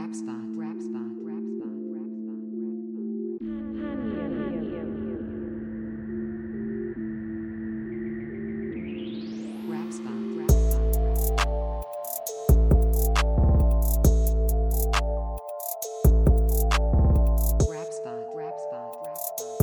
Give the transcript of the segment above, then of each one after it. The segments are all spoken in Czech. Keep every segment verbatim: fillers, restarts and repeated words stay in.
Rap spot, rap spot, rap spot, rap spot, rap spot. Rap spot, rap spot. Rap spot, rap spot, rap spot.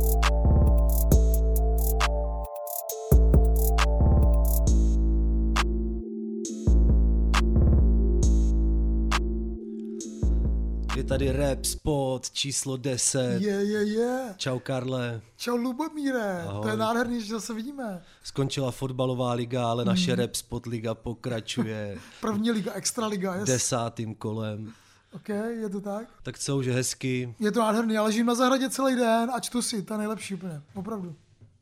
Je tady Rap Spot číslo deset. Je, je, je. Čau Karle. Čau Lubomíre. Ahoj. To je nádherný, že zase vidíme. Skončila fotbalová liga, ale naše hmm. Rap Spot liga pokračuje. První liga, extraliga, yes. Desátým kolem. OK, je to tak? Tak co, už je hezky. Je to nádherný, já ležím na zahradě celý den a čtu si, to je nejlepší úplně, opravdu.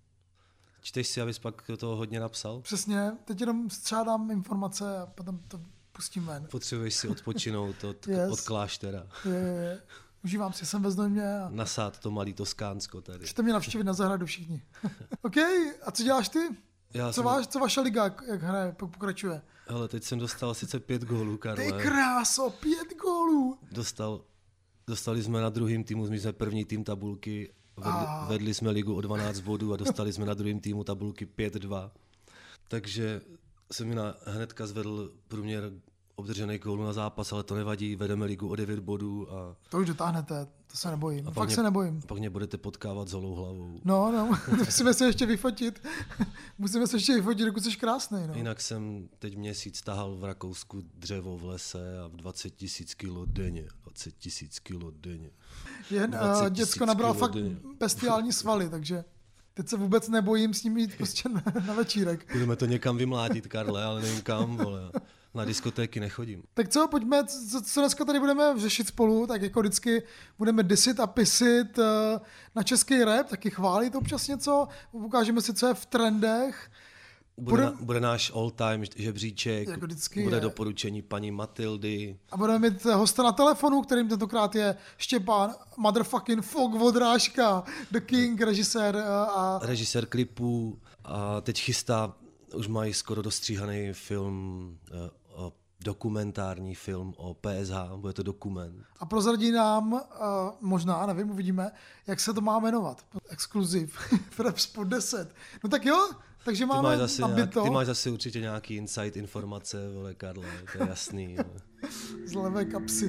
Čteš si, abys pak toho hodně napsal? Přesně, teď jenom střádám informace a potom to pustím ven. Potřebuješ si odpočinout od, Yes. od kláštera. Je, je, je. Užívám si, jsem ve Znojmě a Nasát to malý Toskánsko tady. můžete mě navštívit na zahradu všichni. OK, a co děláš ty? Já Co, jsem, váš, co vaše liga, jak- jak hraje, pak pokračuje? hele, teď jsem dostal sice pět gólů, Karle. Ty kráso, pět gólů. Dostal, dostali jsme na druhým týmu, my jsme první tým tabulky, vedli, Ah. vedli jsme ligu o dvanáct bodů a dostali jsme na druhým týmu tabulky pět dva. Takže se mi na, hnedka zvedl průměr obdržených gólů na zápas, ale to nevadí, vedeme ligu o devět bodů a, To už dotáhnete, to se nebojím, a fakt mě, se nebojím. pak mě budete potkávat s holou hlavou. No, no, musíme se ještě vyfotit. Musíme se ještě vyfotit, dokud jsi krásnej, no. Jinak jsem teď měsíc tahal v Rakousku dřevo v lese a v dvacet tisíc kilo denně. dvacet tisíc kilo denně. Jen dvacet uh, tisíc děcko nabral kilo fakt denně. bestiální svaly, takže teď se vůbec nebojím s ním jít prostě na, na večírek. Budeme to někam vymlátit, Karle, ale nevím kam, vole. Na diskotéky nechodím. Tak co, pojďme, co, co dneska tady budeme řešit spolu, tak jako vždycky budeme disit a pisit uh, na český rap, taky chválit občas něco, ukážeme si, co je v trendech. Bude, Bude- na, bude náš all-time žebříček, Jako vždycky bude je. doporučení paní Matildy. A budeme mít hosta na telefonu, kterým tentokrát je Štěpán motherfucking Fok Vodrážka, The King, režisér uh, a Režisér klipů a teď chystá, už mají skoro dostříhaný film, eh, o- dokumentární film o P S H, bude to dokument. A prozradí nám, uh, možná, nevím, uvidíme, jak se to má jmenovat. Exkluziv v Rap Spot deset. No tak jo, takže Ty máme máš, zase nějak, nabito ty máš zase určitě nějaký insight, informace, vole Karle, to je jasný. jo. z levé kapsy.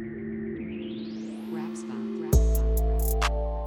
Rap spot, rap spot.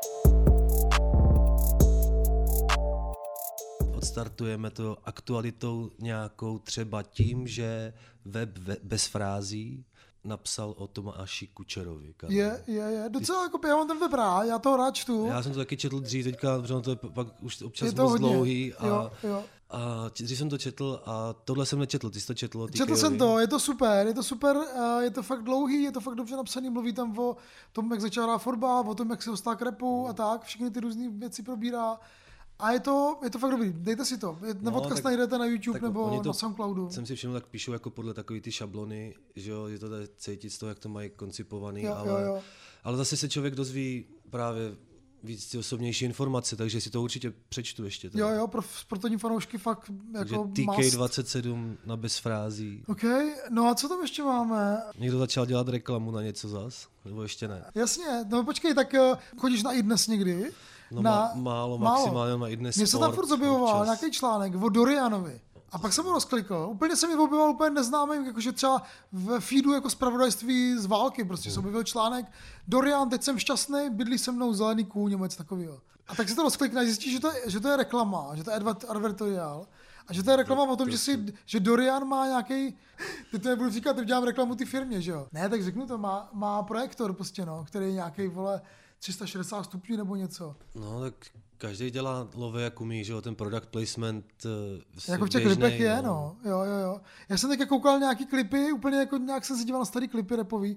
Odstartujeme to aktualitou nějakou, třeba tím, že web ve- bez frází napsal o Tomáši Kučerovi. Karle. Je, je, je. Docela jako já mám ten web rád, já to rád čtu. Já jsem to taky četl dřív, teďka, protože to je pak už občas Je to moc hodně. dlouhý. A, Jo, jo. a dřív jsem to četl a tohle jsem nečetl, ty jsi to četl o Četl Tikejovi? jsem to, je to super, je to super, uh, je to fakt dlouhý, je to fakt dobře napsaný, mluví tam o tom, jak začal hrát fotbal, o tom, jak se dostal k rapu a tak, všechny ty různé věci probírá. A je to, je to fakt dobrý, dejte si to. Je- Nebo odkaz tak- najdete na YouTube tak nebo oni to- na Soundcloudu. Jsem si všiml, tak píšou jako podle takový ty šablony, že jo, je to tady cítit z toho, jak to mají koncipovaný, Jo, ale, jo, jo. ale zase se člověk dozví právě víc ty osobnější informace, takže si to určitě přečtu ještě. Teda. Jo, jo, pro sportovní fanoušky fakt Takže jako T K must. dvacet sedm na bez frází. OK, no a co tam ještě máme? Někdo začal dělat reklamu na něco zas? Nebo ještě ne? Jasně, no počkej, tak uh, chodíš na iDnes někdy? No na, má, málo, maximálně na iDnes Mně se tam Sport furt objevoval občas. nějaký článek o Dorianovi. A pak jsem ho rozklikl. Úplně se mi objevoval úplně neznámý, jakože třeba v feedu jako zpravodajství z války. Prostě se objevil článek Dorian, teď jsem šťastný, bydlí se mnou zelený kůň, nebo něco takového. A tak si to rozklikne a zjistíš, že to je, že to je reklama, že to je adver- advertoriál. A že to je reklama o tom, že, si, že Dorian má nějaký, ty to nebudu říkat, teď dělám reklamu ty firmě, že jo? Ne, tak řeknu to, má, má projektor prostě, no, který je nějaký, vole, tři sta šedesát stupňů nebo něco. No tak každý dělá love, jak umí, že jo, ten product placement uh, Jako v těch běžnej, klipech je, no. Jo, jo, jo. Já jsem teď koukal nějaký klipy, úplně jako nějak jsem se díval na starý klipy rapový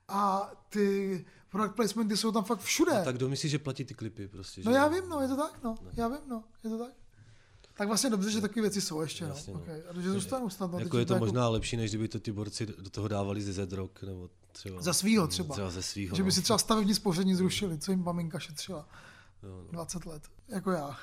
a ty product placementy jsou tam fakt všude. A tak kdo myslí, že platí ty klipy prostě, že No já jo? vím, no, je to tak, no. Já vím, no, je to tak. Tak vlastně dobře, že takové věci jsou ještě, Jasně, no. no. Okay. A že zůstanou snad. No, Jako teď je to jako možná lepší, než kdyby to ty borci do toho dávali ze Z-Rock, nebo třeba... za svýho třeba. Třeba ze svýho, Že by no. si třeba stavební spoření zrušili, co jim maminka šetřila. Jo, no. dvacet let, jako já.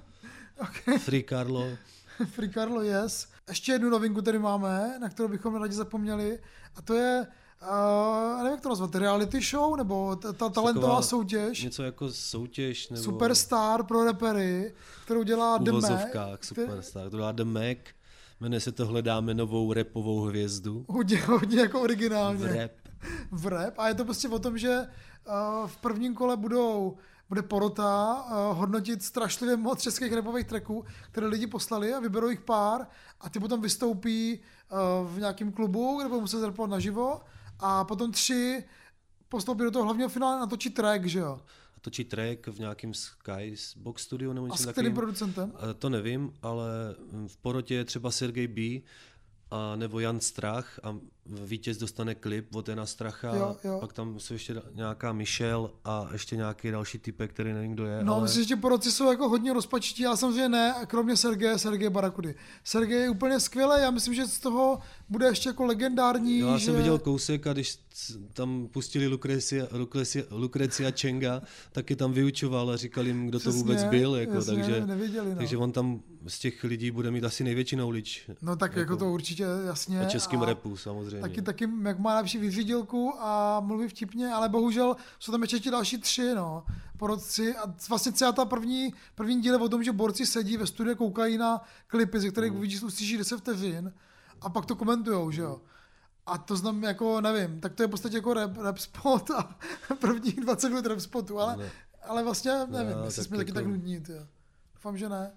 Okay. Free Carlo. Free Carlo, yes. Ještě jednu novinku tady máme, na kterou bychom rádi zapomněli, a to je uh, nevím, jak to nazvat, reality show, nebo ta, ta talentová Taková soutěž. Něco jako soutěž, nebo... Superstar pro repery, kterou dělá v The Mac. uvozovkách Superstar, to dělá The Mac. Jmenuje se to Hledáme novou rapovou hvězdu. Hodně, hodně jako originálně. V rap. V rap. A je to prostě o tom, že uh, v prvním kole budou, bude porota uh, hodnotit strašlivě moc českých rapových tracků, které lidi poslali a vyberou jich pár a ty potom vystoupí uh, v nějakém klubu, kde budou muset rapovat naživo a potom tři postoupí do toho hlavního finále natočí track, že jo? Točí track v nějakém Skybox studiu nebo A něco s takovým. kterým producentem? To nevím, ale v porotě je třeba Sergej B. a nebo Jan Strach a vítěz dostane klip od Jana Stracha, Jo, jo. pak tam jsou ještě nějaká Michelle a ještě nějaký další typek, který nevím, kdo je. No, ale... myslím, že poroci jsou jako hodně rozpačití, ale samozřejmě ne, kromě Sergeje, Sergeje Barakudy. Sergej je úplně skvělý, já myslím, že z toho bude ještě jako legendární. Jo, já že... jsem viděl kousek a když tam pustili Lucrecia, Lucrecia, Lucrecia Chenga, taky tam vyučoval a říkal jim, kdo to Přesně, vůbec byl. Jako, jasně, takže, nevěděli, no. takže on tam z těch lidí bude mít asi největší knowledge. No tak jako, jako to určitě jasně. O českém a rapu samozřejmě. Taky, taky, jak má lepší vyřídilku a mluví vtipně, ale bohužel jsou tam ještě ti další tři, no, porodci. A vlastně celá ta první, první díl je o tom, že borci sedí ve studiu, koukají na klipy, ze kterých uvidíš, uslyší deset vteřin a pak to komentujou, že jo. A to znám jako, nevím, tak to je v podstatě jako rap, rap spot a prvních dvacet minut rap spotu, ale, ne. ale vlastně nevím, No, jestli tak jsme taky jako... tak nudní, tyjo. Doufám, že ne.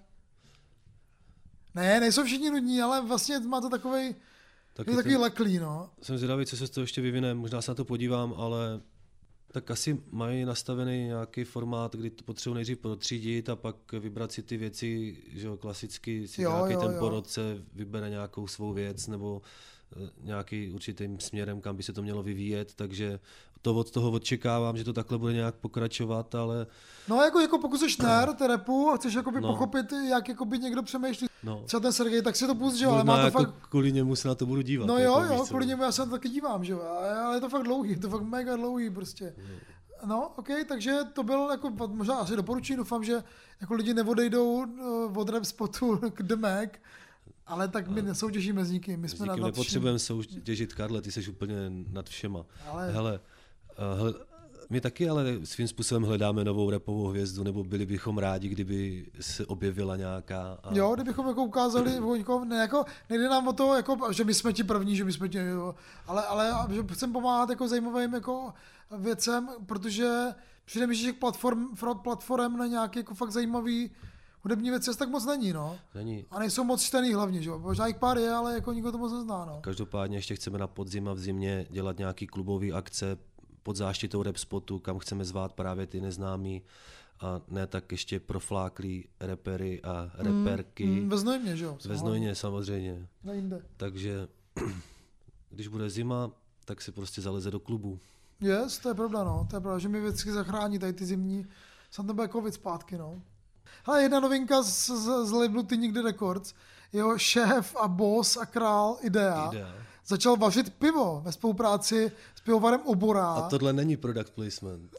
Ne, nejsou všichni nudní, ale vlastně má to takovej, Tak je takový leklý, no. Jsem zvědavý, co se z toho ještě vyvine, možná se na to podívám, ale tak asi mají nastavený nějaký formát, kdy to potřebuji nejdřív protřídit a pak vybrat si ty věci, že jo, klasicky si Jo, nějaký jo, ten jo. porodce vybere nějakou svou věc nebo eh, nějaký určitým směrem, kam by se to mělo vyvíjet, takže to od toho očekávám, že to takhle bude nějak pokračovat, ale No jako, jako pokud jsi nerd rapu a chceš jakoby No. pochopit, jak jakoby někdo přemýšlí, no, třeba ten Sergej, tak si to pust, že jo, ale možná má to jako fakt... kvůli němu se na to budu dívat. No jako, jo, víš jo, co. kvůli němu já se na to taky dívám, že jo, ale je to fakt dlouhý, je to fakt mega dlouhý prostě. No, ok, takže to byl jako, možná asi doporučení, doufám, že jako lidi neodejdou uh, od rap spotu k The Mac, ale tak my nesoutěžíme s nikým, my jsme S nad, nikým nad vším. nepotřebujeme soutěžit, Karle, ty jsi úplně nad všema. Ale- Hele, uh, hle, my taky ale svým způsobem hledáme novou rapovou hvězdu, nebo byli bychom rádi, kdyby se objevila nějaká. A... Jo, kdybychom jako ukázali, jako, ne, jako, nejde nám o to, jako, že my jsme ti první, že my jsme ti, jo, ale, ale že chceme pomáhat jako zajímavým jako věcem, protože přijde mi, že těch platform, platform na nějaké jako fakt zajímavý hudební věci tak moc není, no. Není. A nejsou moc čtený hlavně, že jo. Možná jich pár je, ale jako nikdo to moc nezná, no. Každopádně ještě chceme na podzim a v zimě dělat nějaký klubový akce pod záštitou rap spotu, kam chceme zvát právě ty neznámí a ne tak ještě profláklí repery a reperky. Mm, ve Znojmě, že jo. Ve Znojmě samozřejmě. Ne jinde. Takže když bude zima, tak se prostě zaleze do klubu. Yes, to je pravda, no. To je pravda, že mi vždycky zachrání tady ty zimní. Sam tam bude covid zpátky, no. Hele, jedna novinka z, z, z labelu Ty Nikdy Records. Jeho šéf a boss a král Idea, Idea. začal vařit pivo ve spolupráci s pivovarem Obora. A tohle není product placement.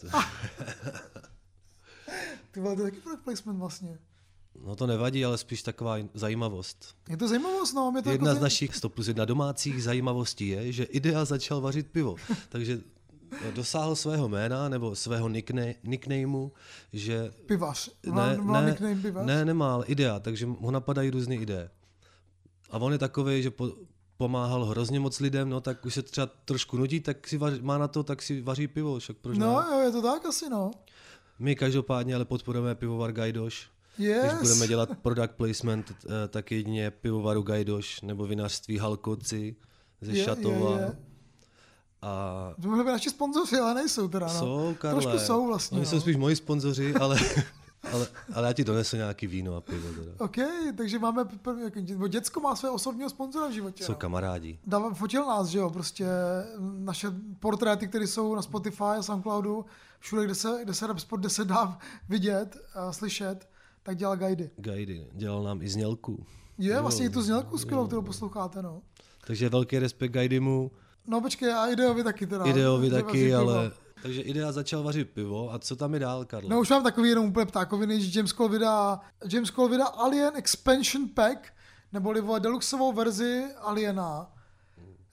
Ty vole, to je taky product placement vlastně. No to nevadí, ale spíš taková zajímavost. Je to zajímavost, no. Mě to Jedna jako z našich sto plus jedna domácích zajímavostí je, že Idea začal vařit pivo. Takže dosáhl svého jména nebo svého nickna- nicknameu, že... Pivař. Ne, Má ne, nickname pivař? ne, nemá, ale Idea, takže ho napadají různé ideje. A on je takový, že po, pomáhal hrozně moc lidem, no tak už se třeba trošku nudí, tak si vaří, má na to, tak si vaří pivo, však proč No, ne? jo, je to tak asi, no. My každopádně ale podporujeme pivovar Gajdoš. Yes. Když budeme dělat product placement, eh, tak jedině pivovaru Gajdoš nebo vinařství Halkoci ze Je, Šatova. je, je. A To mohli být naši sponzoři, ale nejsou teda, no. jsou, Karle. Trošku jsou vlastně, Oni no. jsou spíš moji sponzoři, ale, ale, ale já ti donesu nějaký víno a pivo. Teda. OK, takže máme, nebo děcko má své osobního sponzora v životě. Jsou no. kamarádi. Dával, fotil nás, že jo, prostě naše portréty, které jsou na Spotify a Soundcloudu, všude, kde se, kde se rap spot, kde se dá vidět a slyšet, tak dělá guidy. Gajdy. Dělal nám i znělku. Je, Jo, vlastně i tu znělku skvělou, jo. kterou posloucháte, no. Takže velký respekt Gajdymu, No počkej, a Ideovi taky teda. Ideovi Že vaří taky, pivo. ale... Takže Idea začal vařit pivo a co tam je dál, Karle? No už mám takový jenom úplně ptákoviny, že James Cole vydá, James Cole vydá Alien Expansion Pack, neboli vole deluxovou verzi Aliena.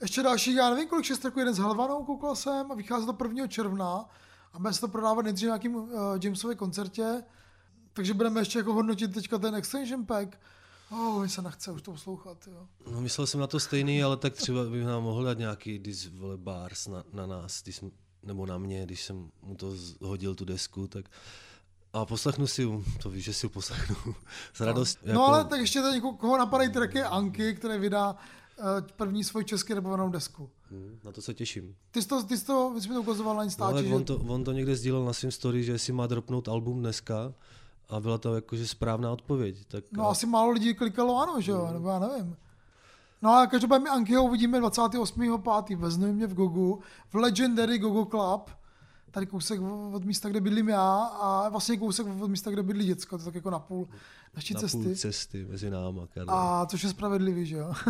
ještě další, já nevím kolik, šest tracků, jeden s Helvanou, koukal jsem a vychází to prvního června a bude se to prodávat nejdřív na nějakým uh, Jamesově koncertě, takže budeme ještě jako hodnotit teďka ten Extension Pack. Oh, mi se nechce už to poslouchat, jo. No, myslel jsem na to stejný, ale tak třeba bych nám mohl dát nějaký dis, vole, bars na, na nás, když jsem, nebo na mě, když jsem mu to hodil tu desku, tak a poslechnu si ju, to víš, že si ju poslechnu s radost. No, jako... no ale tak ještě tady koho napadají tracky Anky, které vydá uh, první svou česky rapovanou desku. Hmm, na to se těším. Ty jsi to, ty jsi to, ty jsi mi to ukazoval na Instači, no, že... on, to, on to někde sdílel na svém story, že si má dropnout album dneska a byla to jakože správná odpověď. Tak No a... asi málo lidí klikalo ano, že jo, nebo já nevím. No a každopádně Ankyho uvidíme dvacátého osmého pátého ve Znojmě v Gogu, v Legendary Gogo Club, tady kousek od místa, kde bydlím já a vlastně kousek od místa, kde bydlí děcko, to tak jako na půl naší na cesty. půl cesty mezi náma, Karlo. A což je spravedlivý, že jo?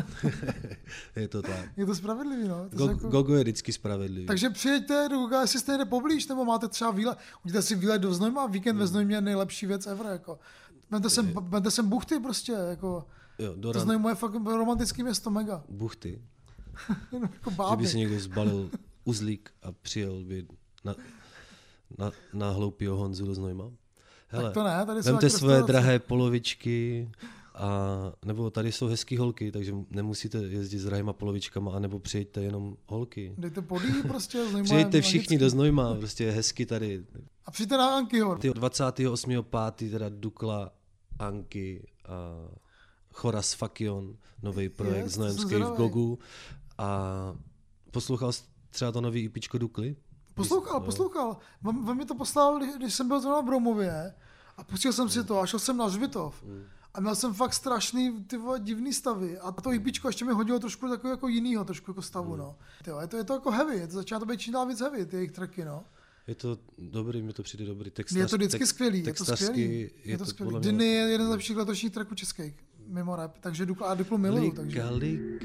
Je to tak. Je to spravedlivý, no. To Go, jako... Gogo je vždycky spravedlivý. Takže přijeďte do Goga, jestli jste někde poblíž, nebo máte třeba výlet, udělejte si výlet do Znojma, víkend ve Znojmě je nejlepší věc ever, jako. Vemte sem, vemte sem buchty prostě, jako. Jo, do to ran... Znojmo je fakt romantický město, mega. Buchty. No, jako Že báby. by si někdo zbalil uzlík a přijel by na, na, na hloupýho Honzu do Znojma. Hele, Tak to ne, tady jsou vemte nějaké své restaurace. drahé polovičky, a, nebo tady jsou hezký holky, takže nemusíte jezdit s drahýma polovičkama, anebo přijeďte jenom holky. Dejte podí prostě. Znojmo je Přijeďte všichni magický. do Znojma, prostě je hezky tady. A přijďte na Ankyho. Tyjo, dvacátého osmého pátého teda Dukla, Anky a Choras Fakion, nový projekt Yes, znojemský jsem v zvědavej. Gogu. A poslouchal jsi třeba to nový EPčko Dukly? Poslouchal, No. poslouchal. On, on mi to poslal, když, když jsem byl zrovna v Bromově a pustil jsem si to a šel jsem na Žbitov. A měl jsem fakt strašný, ty vole, divný stavy. A to EPčko ještě mi hodilo trošku takového jako jinýho, trošku jako stavu, no. Tyjo, je to, je to jako heavy, je to začíná to být čím dál víc heavy, ty jejich tracky, no. Je to dobrý, mi to přijde dobrý. Textař, Je to vždycky tek, skvělý, je to textařsky skvělý. Je to to skvělý. podle mě- Diny je jeden z lepších letošních tracků českých, mimo rap, takže Dukla a Duklu miluju, takže. Lika, lika.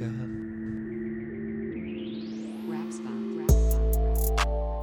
Rap spot. Rap spot.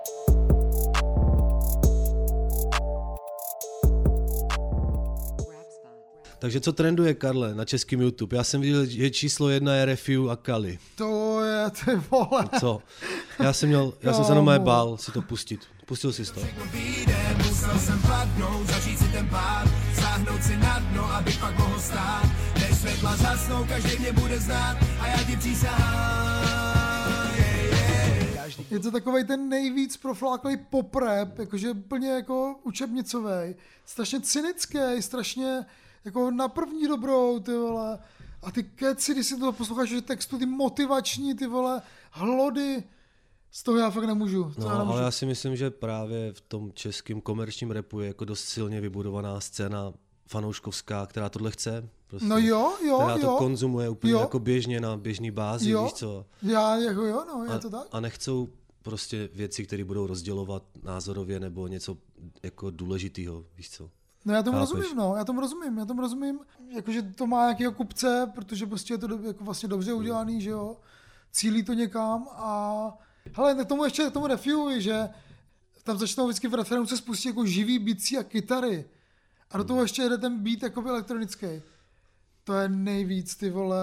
Rap spot. Takže co trenduje, Karle, na českém YouTube? Já jsem viděl, že číslo jedna je Refiu a Kali. To je, ty vole. Co? Já jsem měl, já jsem se Kámo. normálně bál si to pustit. Pustil jsi to. Vyjde, musel jsem padnout, zažít si ten pád, sáhnout si na dno, abych pak mohl stát. Než světla zhasnou, každý mě bude znát a já ti přísahám. Yeah, yeah. Každý Je to takovej ten nejvíc profláklý pop rap, jakože úplně jako učebnicový, strašně cynický, strašně jako na první dobrou, ty vole. A ty keci, když si to posloucháš, že textu, ty motivační, ty vole, hlody, z toho já fakt nemůžu. To No, já nemůžu. ale já si myslím, že právě v tom českém komerčním rapu je jako dost silně vybudovaná scéna fanouškovská, která tohle chce. Prostě, No jo, jo, která jo. to konzumuje úplně Jo. jako běžně na běžný bázi, Jo. víš co. Já jako jo, no, je A, to tak. a nechcou prostě věci, které budou rozdělovat názorově nebo něco jako důležitého, víš co. No já tomu Chápeš? rozumím, no, já tomu rozumím, já tomu rozumím, jakože to má nějakého kupce, protože prostě je to do, jako vlastně dobře udělaný, že jo, cílí to někam a hele, k tomu ještě k tomu refuji, že tam začnou vždycky v referendu se spustí jako živý bicí a kytary a do toho ještě jede ten beat jakoby elektronický. To je nejvíc, ty vole,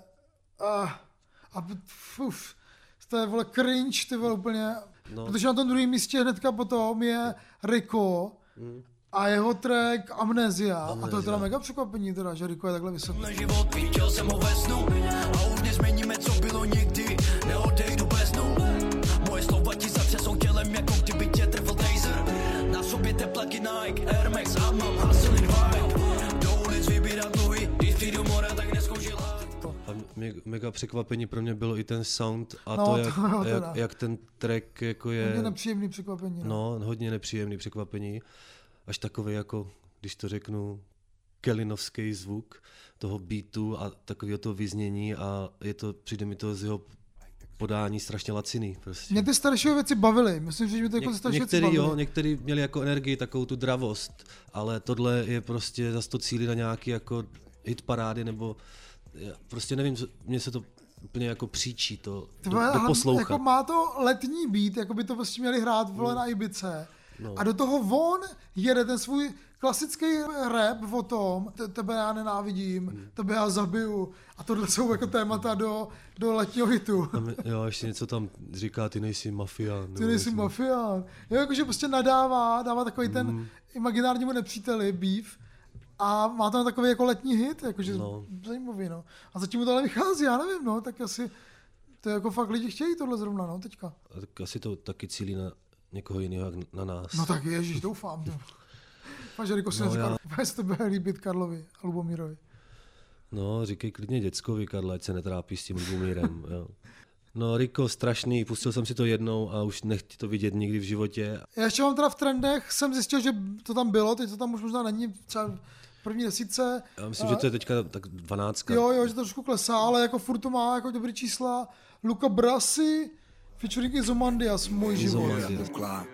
a, a fuf, to je vole cringe, ty vole úplně, No. protože na tom druhém místě hnedka potom je Rico, a jeho track Amnesia. A to je teda mega překvapení, teda, že Rico je takhle vysoký. na život, viděl jsem ho ve snu a už nezměníme, co bylo nikdy, neodejdu bez dnu. Moje slova ti zatřesou tělem, jako kdyby tě trefil taser. Na sobě teplaky Nike, Air Max a mám hustling vibe. Do ulic vybírat dluhy, když přijdu mora, tak neskoušila. A me- mega překvapení pro mě bylo i ten sound a No, to, to jak, jo, teda. jak, jak ten track jako Hodně je, nepříjemný překvapení. No. no, hodně nepříjemný překvapení. Až takový jako, když to řeknu, kelinovský zvuk toho beatu a takového toho vyznění a je to, přijde mi to z jeho podání strašně laciný. Prostě. Mě ty starší věci bavily. Myslím, že mě ty jako Něk- starší věci některý, bavily. jo, některý měli jako energii, takovou tu dravost, ale tohle je prostě zase to cílí na nějaký jako hit parády, nebo já prostě nevím, co- mně se to úplně jako příčí to do, Tvoje, doposlouchat. jako má to letní beat, jako by to prostě měli hrát vole na Ibice. No. A do toho on jede ten svůj klasický rap o tom, te- tebe já nenávidím, hmm. tebe já zabiju a tohle jsou jako témata do, do letního hitu. Tam, jo, ještě něco tam říká, ty nejsi mafián. Ty nejsi mafián. Jo, jakože prostě nadává, dává takový ten Hmm. imaginárnímu nepříteli, beef, a má tam takový jako letní hit, jakože No. zajímavý, no. A zatím mu to ale vychází, já nevím, no, tak asi to je jako fakt lidi chtějí tohle zrovna, no, teďka. A tak asi to taky cílí na někoho jiného, jak na nás. No tak ježiš, doufám, to. Fakt, Riko si No, neříká, já- že se to bude líbit Karlovi a Lubomírovi. No, říkej klidně děckovi, Karle, ať se netrápí s tím Lubomírem, jo. No, Riko, strašný, pustil jsem si to jednou a už nechci to vidět nikdy v životě. Já ještě mám teda v trendech, jsem zjistil, že to tam bylo, teď to tam už možná není, třeba v první desítce. Já myslím, že to je teďka tak dvanáctka. Jo, jo, že to trošku klesá, ale jako furt to má jako dobrý čísla. Luca Brasi, featuring Izomandias, můj život. Izomandias.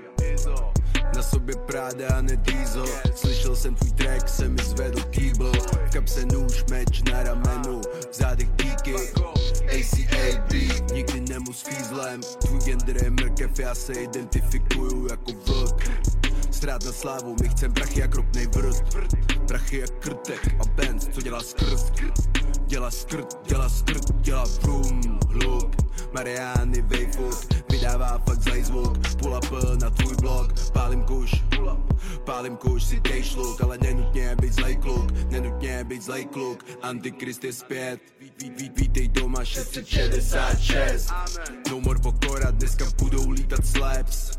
Na sobě Prada a ne Diesel. Slyšel jsem tvůj track, se mi zvedl kýbl. V kapse nůž, meč na ramenu, v zádech díky A C A B, nikdy nemus fízlem. Tvůj gender je mrkev, já se identifikuju jako vlk. Strát na slávu, my chcem prachy jak ropnej vrst. Prachy jak krtek a Benz, co dělá skrz. Dělá skrt, dělá skrt, dělá vrum, hluk. Mariány, Vejfuk, vydává fakt zlej zvuk. Pull up na tvůj blog, pálím kuš. Pálím kuš, si dej šluk, ale nenutně být zlej kluk. Nenutně být zlej kluk, Antikrist je zpět. Ví, ví, vítej doma šest set šedesát šest. No more pokora, dneska budou lítat slaps.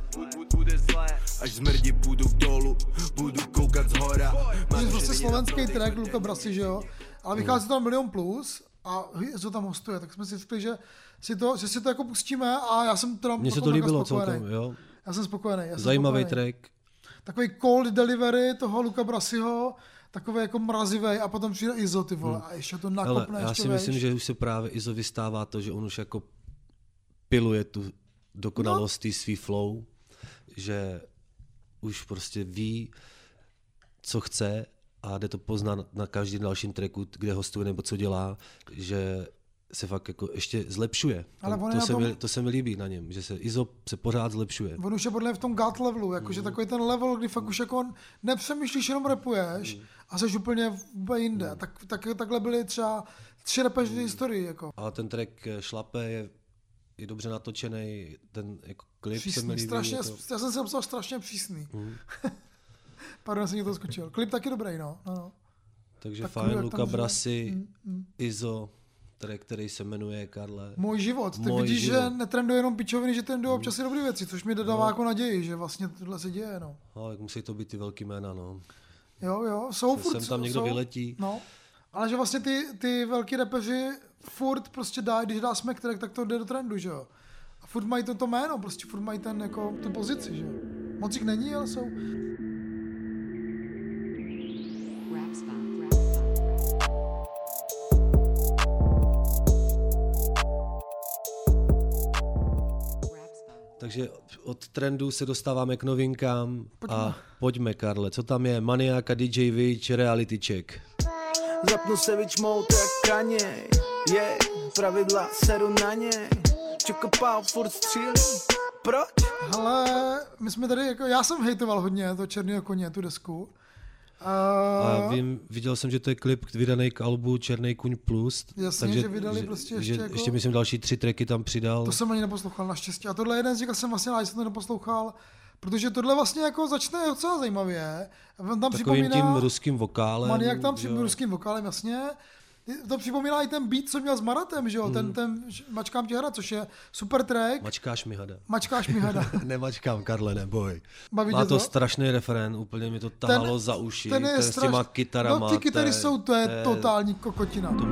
Až zmrdi půjdu dolů, budu koukat zhora. To je prostě slovenský track Luca Brasi, že jo? Ale vychází to na Milion Plus a co tam hostuje, tak jsme si řekli, že si to, že si to jako pustíme a já jsem teda Mně se jako to mega líbilo spokojený. celkem, jo. Já jsem spokojený. Já jsem Zajímavý spokojený. track. Takový cold delivery toho Luca Brasiho, takový jako mrazivej a potom přijde Izo, ty vole, a ještě to Ale nakopne já ještě si myslím, vejš. že už se právě Izo vystává to, že on už jako piluje tu dokonalost té svý flow, že už prostě ví, co chce a jde to poznat na každém dalším tracku, kde hostuje nebo co dělá, že se fakt jako ještě zlepšuje. Ale to, on je to, na se tom- mi, to se mi líbí na něm, že se Izo se pořád zlepšuje. On už je podle mě v tom gut levelu, jakože takový ten level, kdy fakt už jako nepřemýšlíš, jenom rapuješ a jsi úplně úplně jinde. Tak, tak, takhle byly třeba tři rapeři v historii. Jako. A ten track Šlape je, je dobře natočený, ten jako klip se mi Přísný, líbí. strašně, je to, já jsem si napsal strašně přísný. Pardon, jsem mě to skočil. Klip taky dobrý, no. no, no. takže tak fajn, jak Luca tam žije. Brasi, Mm, mm. Izo, track, který se jmenuje Karle. Můj život. Ty Můj vidíš, život. že netrenduje jenom pičoviny, že trenduje občas i dobré věci, což mi dodává No. jako naději, že vlastně tohle se děje, no. No, tak musí to být ty velký jména, no. Jo, jo, jsou Že furt. sem tam někdo jsou, vyletí. No, ale že vlastně ty, ty velký rapeři furt prostě dá, když dá smack track, tak to jde do trendu, že jo. A furt mají to, to jméno, prostě furt mají ten, jako, tu pozici, že jo. Moc jich není, ale jsou. Rap spot. Rap spot. Rap spot. Takže od trendu se dostáváme k novinkám Pojďme. a pojďme, Karle. Co tam je? Maniaka, D J Witch, reality check. Zapnu se vyčmout jak Kanye, yeah, pravidla seru na něj. Čokopál furt střílí, proč? Hele, my jsme tady, jako, já jsem hejtoval hodně to Černýho koně, tu desku. A Uh, vím, viděl jsem, že to je klip vydaný k albu Černý kuň plus. Jasně, že vydali prostě ještě že jako- ještě myslím další tři tracky tam přidal. To jsem ani neposlouchal naštěstí. A tohle je jeden z těch, jsem vlastně rád, že jsem to neposlouchal, protože tohle vlastně jako začne docela zajímavě. On tam Takovým připomíná, tím ruským vokálem. Maniak tam že při jo. ruským vokálem, jasně. To připomíná i ten beat, co měl s Maratem, že jo? Ten, ten Mačkám tě hada, což je super track. Mačkáš mi hada. Mačkáš mi hada. Nemačkám, Karle, neboj. Baví Má tě to to? strašný referén, úplně mi to tahalo za uši. ten je ten s těma straš- kytarama. No ty kytary to je- jsou, to je to je- totální kokotina. tomu-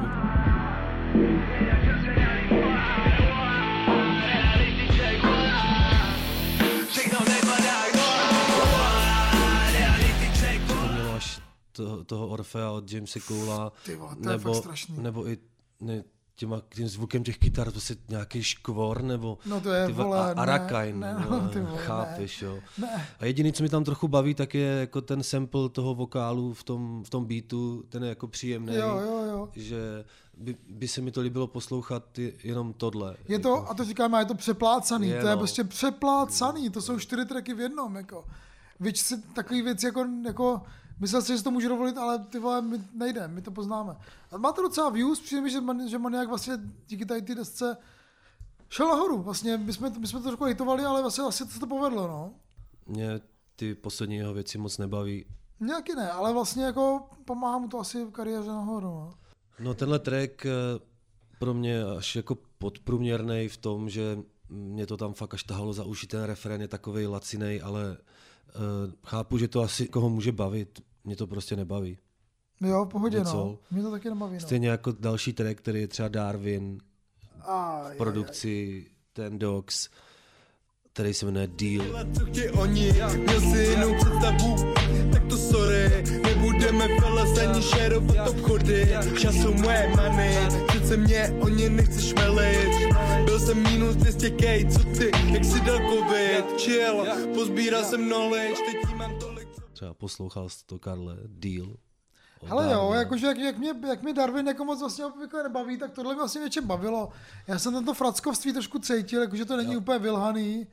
Připomnělo až to, toho Orfea od Jamesa Cola, Ty vole, to je nebo, fakt strašný. nebo i ne, těma, tím zvukem těch kytar, to je nějaký škvor, nebo No to je, ty vole, vole, a, ne, Arakain, ne, vole, no, ty vole, chápeš, jo. Ne. A jediný, co mi tam trochu baví, tak je jako ten sample toho vokálu v tom, v tom beatu, ten je jako příjemný, Jo, jo, jo. že by, by se mi to líbilo poslouchat i- jenom tohle. Je to, a to říkáme, je to přeplácaný, Je, to je no. prostě přeplácaný, to jsou čtyři tracky v jednom, jako. Víš si takový věc, jako, jako Myslel si, že to můžu dovolit, ale ty vole, my nejde, my to poznáme. A má to docela views, přijde mi, že, man, že Maniak vlastně díky tady ty desce šel nahoru. Vlastně my jsme, my jsme to trošku hejtovali, ale vlastně, vlastně se to povedlo, no. Mě ty poslední jeho věci moc nebaví. Nějaký ne, ale vlastně jako pomáhá mu to asi v kariéře nahoru, no. No tenhle track pro mě až jako podprůměrnej v tom, že mě to tam fakt až tahalo za uši, ten refrén je takovej lacinej, ale uh, chápu, že to asi koho může bavit, mě to prostě nebaví. Jo, v pohodě, Něco. no. Mě to taky nebaví, no. Stejně jako další track, který je třeba Darwin, A, v produkci Ten Dogs, který se jmenuje Deal. Co chtějí oni, měl si jinou představu, tak to sorry, nebudeme peles ani šerovat obchody, času moje money, přece mě o ně nechceš melit, byl jsem minus dvě stě kej, co ty, jak si dal covid, chill, pozbíral jsem knowledge, teď jí mám tolik. Třeba poslouchal jsi to, Karle, Deal. od hele jo, Darwina. jakože jak, jak, mě, jak mě Darwin jako moc vlastně obvykle nebaví, tak tohle mě vlastně něčem bavilo. Já jsem tento frackovství trošku cítil, jakože to není jo. úplně vylhaný.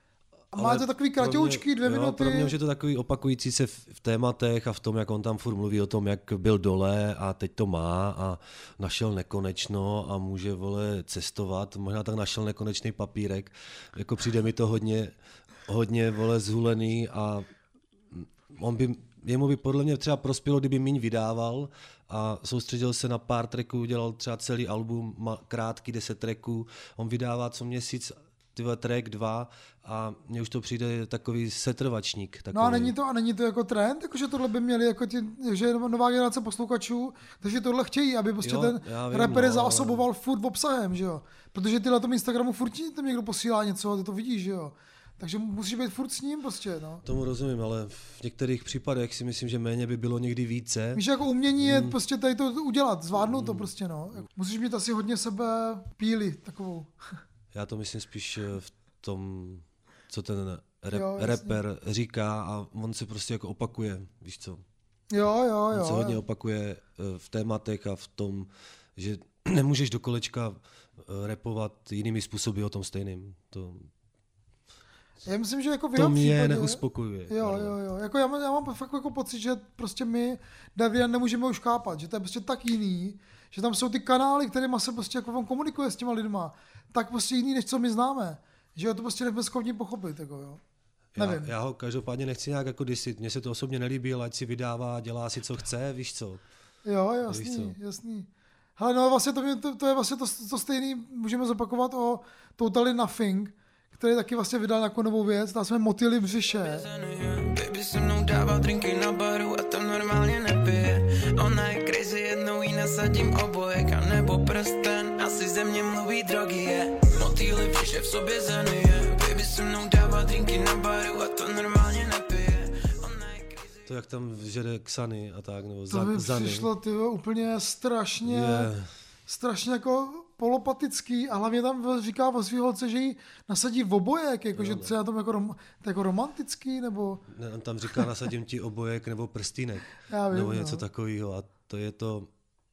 A má Ale to takový pro mě- kratoučký, dvě jo, minuty. Pro mě už je to takový opakující se v, v tématech a v tom, jak on tam furt mluví o tom, jak byl dole a teď to má a našel nekonečno a může, vole, cestovat. Možná tak našel nekonečný papírek. Jako přijde mi to hodně, hodně, vole, zhulený a on by, jemu by podle mě třeba prospělo, kdyby míň vydával a soustředil se na pár tracků, dělal třeba celý album, má krátký deset tracků, on vydává co měsíc tyhle track dva a mně už to přijde takový setrvačník. Takový. No a není to, a není to jako trend, jakože tohle by měli jako ti, že je nová generace posluchačů, takže tohle chtějí, aby prostě Jo, ten já vím, rapper je no, zásoboval furt obsahem, že jo. Protože ty na tom Instagramu furt ti tam někdo posílá něco a ty to vidíš, že jo. Takže musíš být furt s ním prostě, no. Tomu rozumím, ale v některých případech si myslím, že méně by bylo někdy více. Víš, jako umění je prostě tady to udělat, zvládnout to prostě, no. Musíš mít asi hodně sebe píly takovou. Já to myslím spíš v tom, co ten rap, Jo, jasně. rapper říká a on se prostě jako opakuje, víš co. Jo, jo, On jo. se hodně opakuje eh, v tématech a v tom, že nemůžeš do kolečka eh, rapovat jinými způsoby o tom stejným. To, Já myslím, že jako v to jeho mě případě... neuspokojuje. Jo, ale- jo, jo. Jako já, mám, já mám fakt jako pocit, že prostě my Davian nemůžeme už chápat, že to je prostě tak jiný, že tam jsou ty kanály, kterými se prostě jako on komunikuje s těma lidma, tak prostě jiný, než co my známe. Že jo, to prostě nejsme schopni pochopit, jako jo. Nevím. Já, já ho každopádně nechci nějak jako disit, mně se to osobně nelíbí, ale ať si vydává, dělá si, co chce, víš co. Jo, Víš jasný, co? jasný. Hele, no vlastně to, mě- to, to je vlastně to, to stejný, můžeme zopakovat o Totally Nothing, který taky vlastně vydal jako novou věc, tam jsme Motýly břiše. Baby se mnou dává drinky na baru a to normálně nepije. Ona je crazy, jednou jí nasadím obojek a nebo prsten. Asi ze mě mluví drogy, je. Motýly břiše v sobě zenuje. Baby se mnou dává drinky na baru a to normálně nepije. Ona je crazy. To, jak tam žere Xany a tak, nebo To za, mi Zany. přišlo tyjo, úplně strašně, Je, strašně jako polopatický a hlavně tam říká o svý holce, že jí nasadí v obojek, jakože no. co je na tom jako, rom, to jako romantický, nebo ne, on tam říká, nasadím ti obojek nebo prstýnek, já vím, nebo něco no. takového a to je to,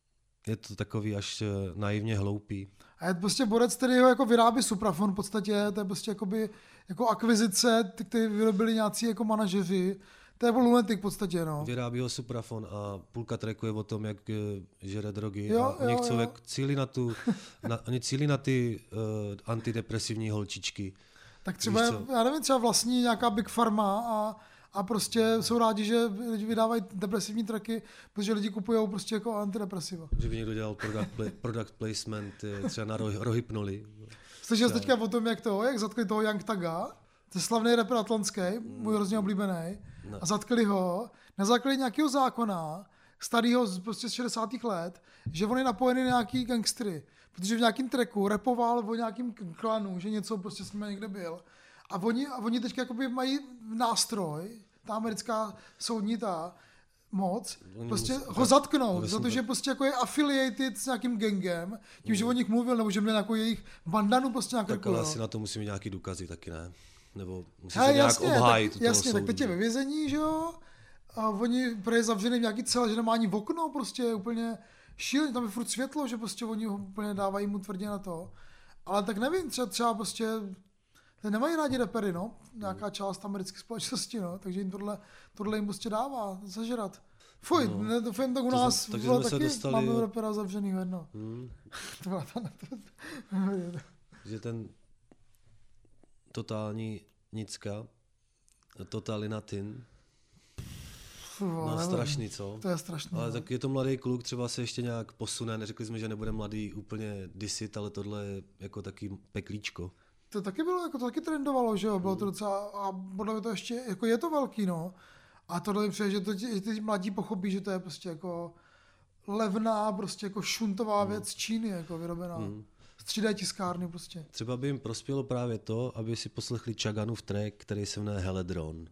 je to takový až eh, naivně hloupý. A je to prostě borec, který ho jako vyrábí Suprafon v podstatě, to je prostě jakoby, jako akvizice, ty, který vyrobili nějací jako manažeři, to je jako lunatik v podstatě, no. Vyrábí ho Suprafon a půlka tracku je o tom, jak eh, žere drogy Jo, a oni jo, chcou, jo. jak cílí na tu, na, oni cílí na ty uh, antidepresivní holčičky. Tak třeba, Víš co? já nevím, třeba vlastní nějaká Big Pharma a, a prostě jsou rádi, že lidi vydávají depresivní tracky, protože lidi kupují prostě jako antidepresiva. Že by někdo dělal product, pla- product placement eh, třeba na roh, Rohypnoli. Slyšel jsi teďka o tom, jak to, jak zatkli toho Young Taga, to je slavný rapper atlantský, můj hrozně oblíbený, Ne. a zatkli ho na základě nějakého zákona, starého z, prostě z šedesátých let, že on je napojený na nějaký gangstry, protože v nějakém tracku rapoval o nějakým k- klanu, že něco prostě s ním někde byl. A oni, a oni teďka jakoby mají nástroj, ta americká soudní ta moc, Oni prostě musí- ho zatknout, tak- za to, že prostě jako je affiliated s nějakým gangem, tím, Mm. že o nich mluvil, nebo že měl nějakou jejich bandanu prostě na Tak krku. ale jo. asi na to musí mít nějaký důkazy taky, ne? Nebo musí Hele, se nějak jasně, obhájit tak, u toho jasně, tak soudu. teď je ve vězení, že jo? A oni prej zavřený v nějaký celé, že nemá ani v okno, prostě je úplně šílený, tam je furt světlo, že prostě oni ho úplně dávají mu tvrdě na to. Ale tak nevím, třeba, třeba prostě Ty nemají rádi rapery, no. Nějaká část americké společnosti, no. Takže jim tohle, tohle jim prostě dává zažrat. Fuj, No. ne, to film tak u To nás za- takže vole, jsme se taky dostali máme od- rapera zavřenýho jedno. Hmm. To byla ta, to, Že ten totální nicka, totalinatin, Fuh, no nevím. strašný, co? To je strašný. Ale no. tak je to mladý kluk, třeba se ještě nějak posune, neřekli jsme, že nebude mladý úplně disit, ale tohle je jako taky peklíčko. To taky bylo, jako to taky trendovalo, že jo, bylo to docela, a podle mě to ještě, jako je to velký, no. A tohle mi přijde, že to ti, že ty mladí pochopí, že to je prostě jako levná, prostě jako šuntová věc z Číny, jako vyrobená. Hmm. Z tři dé tiskárny prostě. Třeba by jim prospělo právě to, aby si poslechli Chaganův track, který se jmenuje Heledron.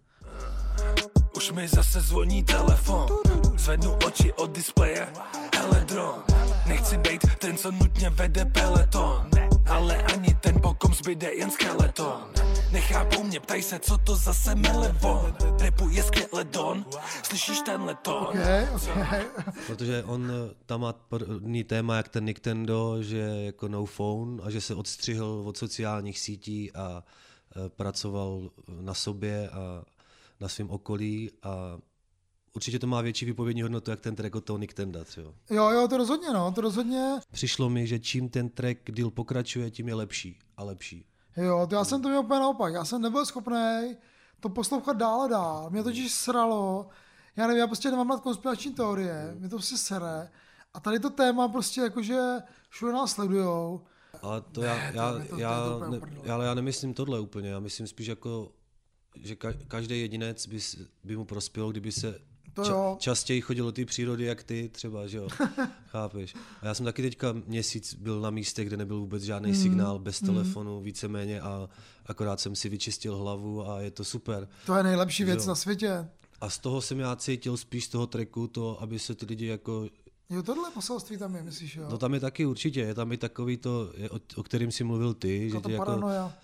Už mi zase zvoní telefon, zvednu oči od displeje, hele dron, nechci bejt ten, co nutně vede peleton, ale ani ten, po kom zbyde jen skeleton. Nechápou mě, ptají se, co to zase mele von, repu je skeleton, slyšíš tenhle tón? Okay, okay. Protože on eh, tam má podobný téma jak ten Nintendo, že je jako no phone a že se odstřihl od sociálních sítí a eh, pracoval na sobě a na svém okolí a určitě to má větší výpovědní hodnotu, jak ten track od toho Nintendo třeba. Jo, jo, to rozhodně, no, to rozhodně. Přišlo mi, že čím ten track deal pokračuje, tím je lepší a lepší. Jo, to já jsem to měl úplně naopak. Já jsem nebyl schopný to poslouchat dál a dál. Mě totiž sralo. Já nevím, já prostě nemám rád konspirační teorie. Mě to prostě sere. A tady to téma prostě jakože všude nás sledujou. Ale to já, já, to- to- to- já, to je úplně ne, uprdele. já, ale já nemyslím tohle úplně, já myslím spíš jako, že ka, každý jedinec by, s- by mu prospělo, kdyby se To jo. častěji chodil do té přírody jak ty třeba, že jo, chápeš. A já jsem taky teďka měsíc byl na místě, kde nebyl vůbec žádný Hmm. signál, bez telefonu, víceméně a akorát jsem si vyčistil hlavu a je to super. To je nejlepší věc Jo. na světě. A z toho jsem já cítil spíš z toho tracku to, aby se ty lidi jako Jo, tohle poselství tam je, myslíš, jo? no tam je taky určitě, je tam i takový to, je, o, o kterým si mluvil ty, že to ti jako, paranoja.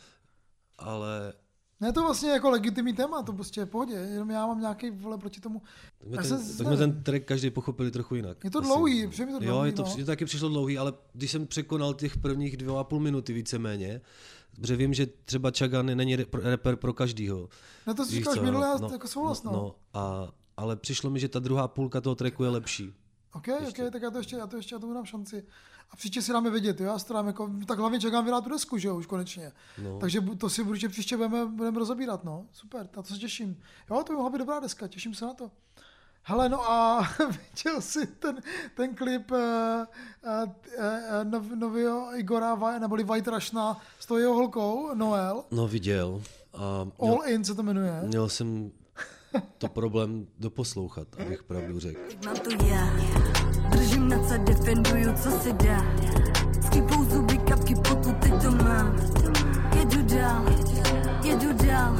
ale Ne, to vlastně jako legitimní téma, to prostě je v pohodě, jenom já mám nějaký vole proti tomu. tak jsme, Já ten, jsem- tak jsme ten track každý pochopili trochu jinak. Je to Asi. dlouhý, přijde mi to Jo, dlouhý, je to, no. mně to taky přišlo dlouhý, ale když jsem překonal těch prvních dvě a půl minuty víceméně, protože vím, že třeba Chagan není rap- rapper pro každýho. No to si Víš říkáš co, minule, no, já jako souhlas, no. no a, ale přišlo mi, že ta druhá půlka toho tracku je lepší. OK, OK, tak já to ještě, já to ještě, já tomu dám šanci. A příště si dáme vědět, jo, já si to dám jako, tak hlavně čekám vyrát tu desku, že jo, už konečně. No. Takže bu- to si určitě příště budeme, budeme rozebírat, no, super, na to se těším. Jo, to by mohla být dobrá deska, těším se na to. Hele, no a viděl jsi ten, ten klip uh, uh, uh, nov, nového Igora, Vaj- neboli White Rushna s tou jeho holkou, Noel, No viděl. A měl, All In se to jmenuje. měl jsem to problém doposlouchat, abych pravdu řekl. Mám to já, držím na co, defenduju, co se dá. Skipou zuby, kapky potu, teď to mám. Jedu dál, jedu dál.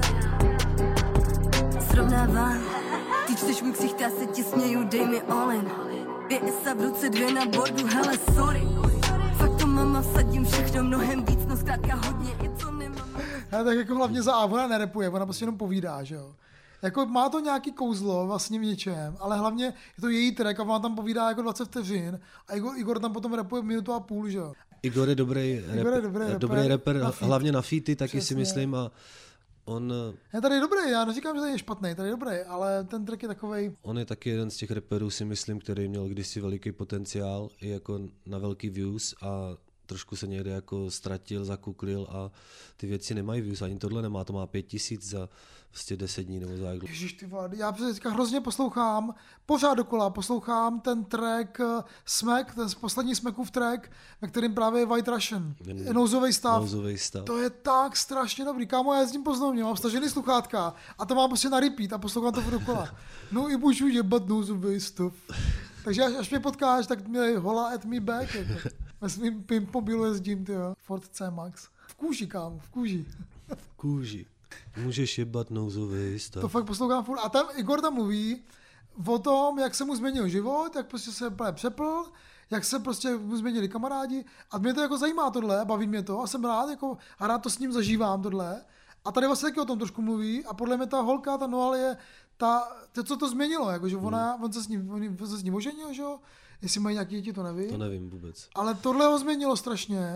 Srovnávám, ty čteš můj ksicht, já se ti směju, dej mi all in. Dvě esa v ruce, dvě na bordu, hele sorry. Fakt to mama, vsadím všechno, mnohem víc, no zkrátka hodně, i co nemám. Ale tak jako hlavně za A, ona nerepuje, ona prostě jenom povídá, že jo. Jako má to nějaký kouzlo vlastně v něčem, ale hlavně je to její track a ona tam povídá jako dvacet vteřin a Igor, Igor tam potom repuje minutu a půl, že jo. Igor je dobrý, Igor je rap, dobrý rapper, dobrý rapper, na feat. hlavně na featy, taky Přesně. si myslím a on, Je tady je dobrý, já neříkám, že tady je špatný, tady je dobrý, ale ten track je takovej, on je taky jeden z těch rapperů, si myslím, který měl kdysi veliký potenciál i jako na velký views a trošku se někde jako ztratil, zakuklil a ty věci nemají views, ani tohle nemá, to má pět tisíc za vlastně deset dní nebo za jak dlouho. ježiš ty vole, já teďka hrozně poslouchám, pořád dokola poslouchám ten track eh, Smack, ten poslední Smackův track, ve kterým právě je White Russian, Jen- nouzový stav. Nouzový stav. To je tak strašně dobrý. Kámo, já jezdím pozdě, mám stažený sluchátka a to mám prostě na repeat a poslouchám to dokola. No i můžu jebat nouzový stav. Takže až, až mě potkáš, tak mě hola at me back. Jako. Ve svým pimpobilu jezdím, tyjo. Ford C Max. V kůži, kámo, v kůži. V kůži. Můžeš jebat nouzový stav. To fakt poslouchám furt. A tam Igor tam mluví o tom, jak se mu změnil život, jak prostě se úplně přepl, jak se prostě mu změnili kamarádi. A mě to jako zajímá tohle, baví mě to a jsem rád, jako, a rád to s ním zažívám tohle. A tady vlastně taky o tom trošku mluví a podle mě ta holka, ta Noel je ta, to, co to změnilo, jako, že ona, on se s ním, on se s ním oženil, že jo? Jestli mají nějaký děti, to nevím. To nevím vůbec. Ale tohle ho změnilo strašně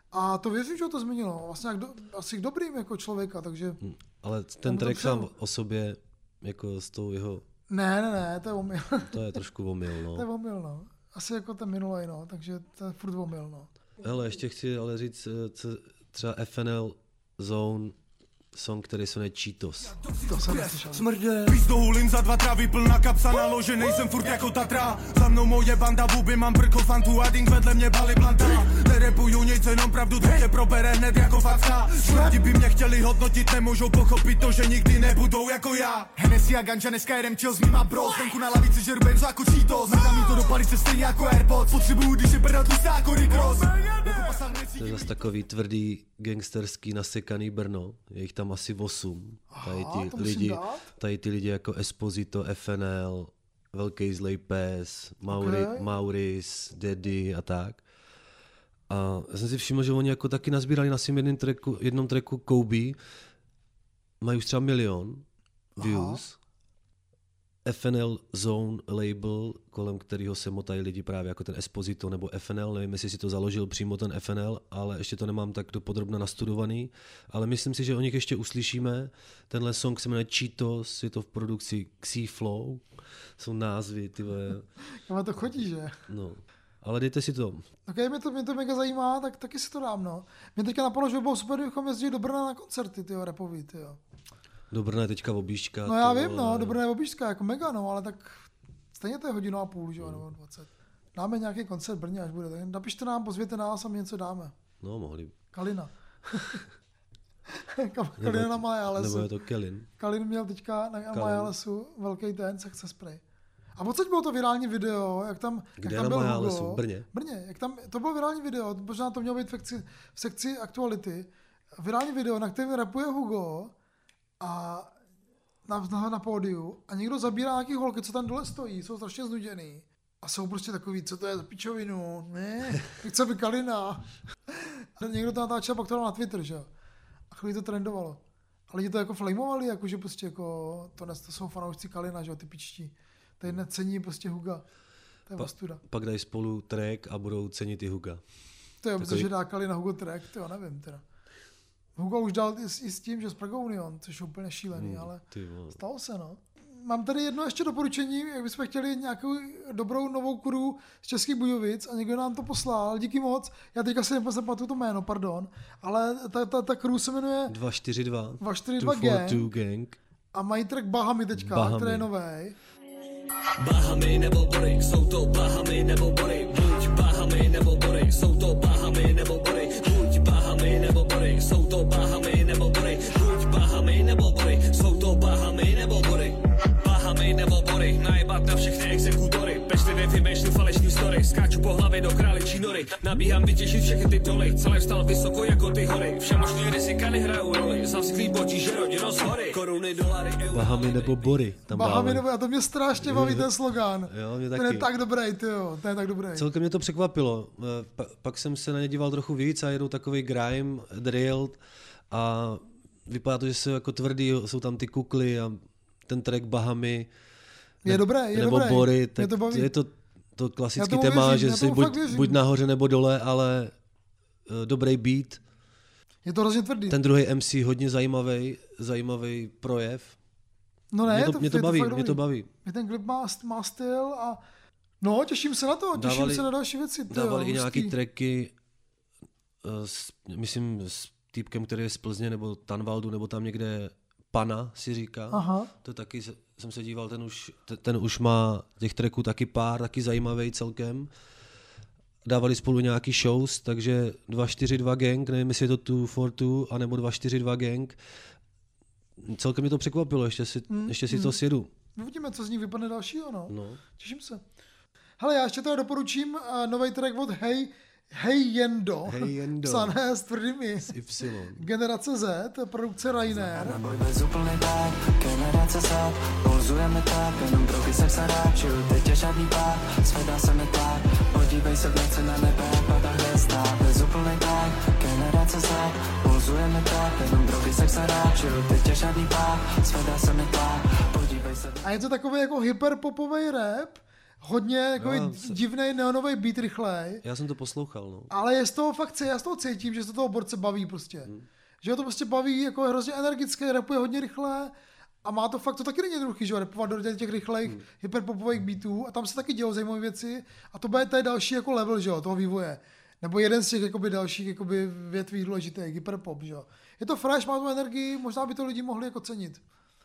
A to věřím, že ho to změnilo. Vlastně do, asi k dobrým jako člověka, takže... Hmm. Ale ten track sám o sobě, jako s tou jeho... Ne, ne, ne, to je omyl. To je trošku omyl, no. To je omyl, no. Asi jako ten minulej, no, takže to je furt omyl, no. Hele, ještě chci ale říct, co, třeba F N L Zone, song, který se jmenuje Cheetos. To jsem neslyšel. Smrdě. Pízdo hulím za dva travy, plná kapsa naložený, jsem furt jako Tatra. Za mnou moje banda buby, mám prko fantu a ding vedle mě bali blanta. Nerepuju nic, jenom pravdu, to tě probere hned jako facka. Lidi by mě chtěli hodnotit, nemůžou pochopit to, že nikdy nebudou jako já. Hennessy a ganja, dneska jedem chill s mýma bros. Venku na lavici žeru benzo jako Cheetos. Mrdám mi to do palice stejně jako Airpods. Potřebuju, když je brda tlustá jako Rick Ross. To je zase takový tvrdý, gangsterský, nasekaný Brno. Je jich tam asi osm. Tady ty lidi, tady ty lidi jako Esposito, F N L, Velký zlej pes, Mauri, okay. Maurice, Daddy a tak. A já jsem si všiml, že oni jako taky nazbírali na svým jednom tracku, jednom tracku Kobe. Mají už třeba milion views. Aha. F N L Zone label, kolem kterého se motají lidi právě jako ten Esposito nebo F N L, nevím, jestli si to založil přímo ten F N L, ale ještě to nemám tak dopodrobna nastudovaný, ale myslím si, že o nich ještě uslyšíme. Tenhle song se jmenuje Cheetos, je to v produkci Xiflow, jsou názvy, ty vole. Kam to chodí, že? No, ale dejte si to. Ok, mě to, mě to mega zajímá, tak taky si to dám, no. Mě teďka napadlo, že by bylo super, kdybychom jezdili do Brna na koncerty, tyjo, rapový, tyjo. Do Brna je teďka objížďka. No já vím, no, do Brna je objížďka, jako mega, no, ale tak stejně to je hodinu a půl, že jo, nebo dvacet. Dáme nějaký koncert v Brně, až bude, tak napište nám, pozvěte nás a my něco dáme. No, mohli. Kalina. Kalina na Majálesu. Nebo je to Kelin. Kalin měl teďka na Majálesu velký ten sekce spray. A pocit bylo to virální video, jak tam, Kde jak tam byl Majálesu? Hugo. V Brně? Brně, jak tam, to bylo virální video, možná to mělo být v sekci, v sekci aktuality. Virální video, na kterém rapuje Hugo a na, na, na pódiu a někdo zabírá nějaký holky, co tam dole stojí, jsou strašně znuděný. A jsou prostě takový, co to je za pičovinu, ne, chce by Kalina. Někdo to natáčel, pak to dal na Twitter, že jo. A chvíli to trendovalo. A lidi to jako flamovali, jakože prostě jako, to, to jsou fanoušci Kalina, že jo, ty pičtí. Tady necení prostě Huga. To je pa, ostuda. Pak dají spolu track a budou cenit i Huga. To je, Takový... že dá Kalina Hugo track, to jo, nevím teda. Hugo už dal i, i s tím, že s Pragounion, což je úplně šílený, hmm, ale stalo se, no. Mám tady jedno ještě doporučení, jak bychom chtěli nějakou dobrou novou crew z Českých Budějovic a někdo nám to poslal, díky moc. Já teďka si nepamatuju to jméno, pardon, ale ta, ta, ta crew se jmenuje dva čtyři dva dva čtyři dva gang, gang a mají track Bahamy teďka, Bahamy. Který je novej. Bahamy nebo Bory, jsou to Bahamy nebo Bory, buď Bahamy nebo Bory, jsou to Bahamy nebo Bory, buď Bahamy nebo Bory, jsou to Bahamy nebo Bory, buď Bahamy nebo Bory, jsou to Bahamy nebo Bory. Bahamy nebo Bory, najebat na všechny exekutory, pečlivě vymýšlím falešný story, skáču po hlavě do králičí nory, nabíhám vytěžit všechny ty doly, celé vstal vysoko jako ty hory, vše možný rizika nehrajou roli, zavzklý potíže rodino z hory, koruny, dolary, eura. Bahamy nebo Bory, tam Bahamy nebo, a to mě strašně baví ten slogan. Jo, mě taky. Ten je tak dobrý, tyjo, ten je tak dobrý. Celkem mě to překvapilo, pa, pak jsem se na ně díval trochu víc a jedou takový grime, drill a vypadá to, že jsou jako tvrdý, jsou tam ty kukly a ten track Bahamy je ne, dobré, je nebo dobré. Bory, tak to je to, to klasický téma, věřím, že jsi buď, buď nahoře nebo dole, ale uh, dobrý beat. Je to hrozně tvrdý. Ten druhý M C hodně zajímavý, zajímavý projev. No ne, mě to, to, mě to baví, to mě to baví. Mě ten klip má, má styl a no, těším se na to, těším dávali, se na další věci. Tyjo, dávali i nějaký tracky, uh, s, myslím s týpkem, který je z Plzně nebo Tanvaldu, nebo tam někde Pana si říká. Aha. To taky jsem se díval, ten už, ten už má těch tracků taky pár, taky zajímavý celkem. Dávali spolu nějaký shows, takže dva čtyři dva gang, nevím, jestli je to dva čtyři dva, anebo dva čtyři dva gang. Celkem mě to překvapilo, ještě si, mm, ještě si mm. to sjedu. Uvidíme, co z ní vypadne dalšího, no. no. Těším se. Hele, já ještě teda doporučím uh, nový track od Hey, Hey Jendo, hey Jendo. Psané s tvrdými. S Y. Generace Z, produkce Rainer. Bez úplnej tak, generace Z, pulzujeme tak, jenom drogy se saráčil, teď je žádný pár, zvedá se mi tlak, podívej se v noci na nebe, padá hvězda. Bez úplnej tak, generace Z, pulzujeme tak, jenom drogy se saráčil, teď je žádný pár, zvedá se mi tlak, podívej se v noci. A je to takový jako hyperpopový rap, hodně takový Já se- divnej neonový beat rychlej, Já jsem to poslouchal, no. ale je z toho fakt, já z toho cítím, že se toho borce baví prostě. Hmm. Že ho to prostě baví, jako je hrozně energické, rapuje hodně rychle a má to fakt, to taky není jednoduchý, že jo, rapovat do těch rychlejch hmm. hyperpopových beatů a tam se taky dějou zajímavé věci a to bude tady další jako level, že jo, toho vývoje. Nebo jeden z těch jakoby dalších jakoby větví důležitých, hyperpop, že jo. Je to fresh, má tu energii, možná by to lidi mohli jako cenit.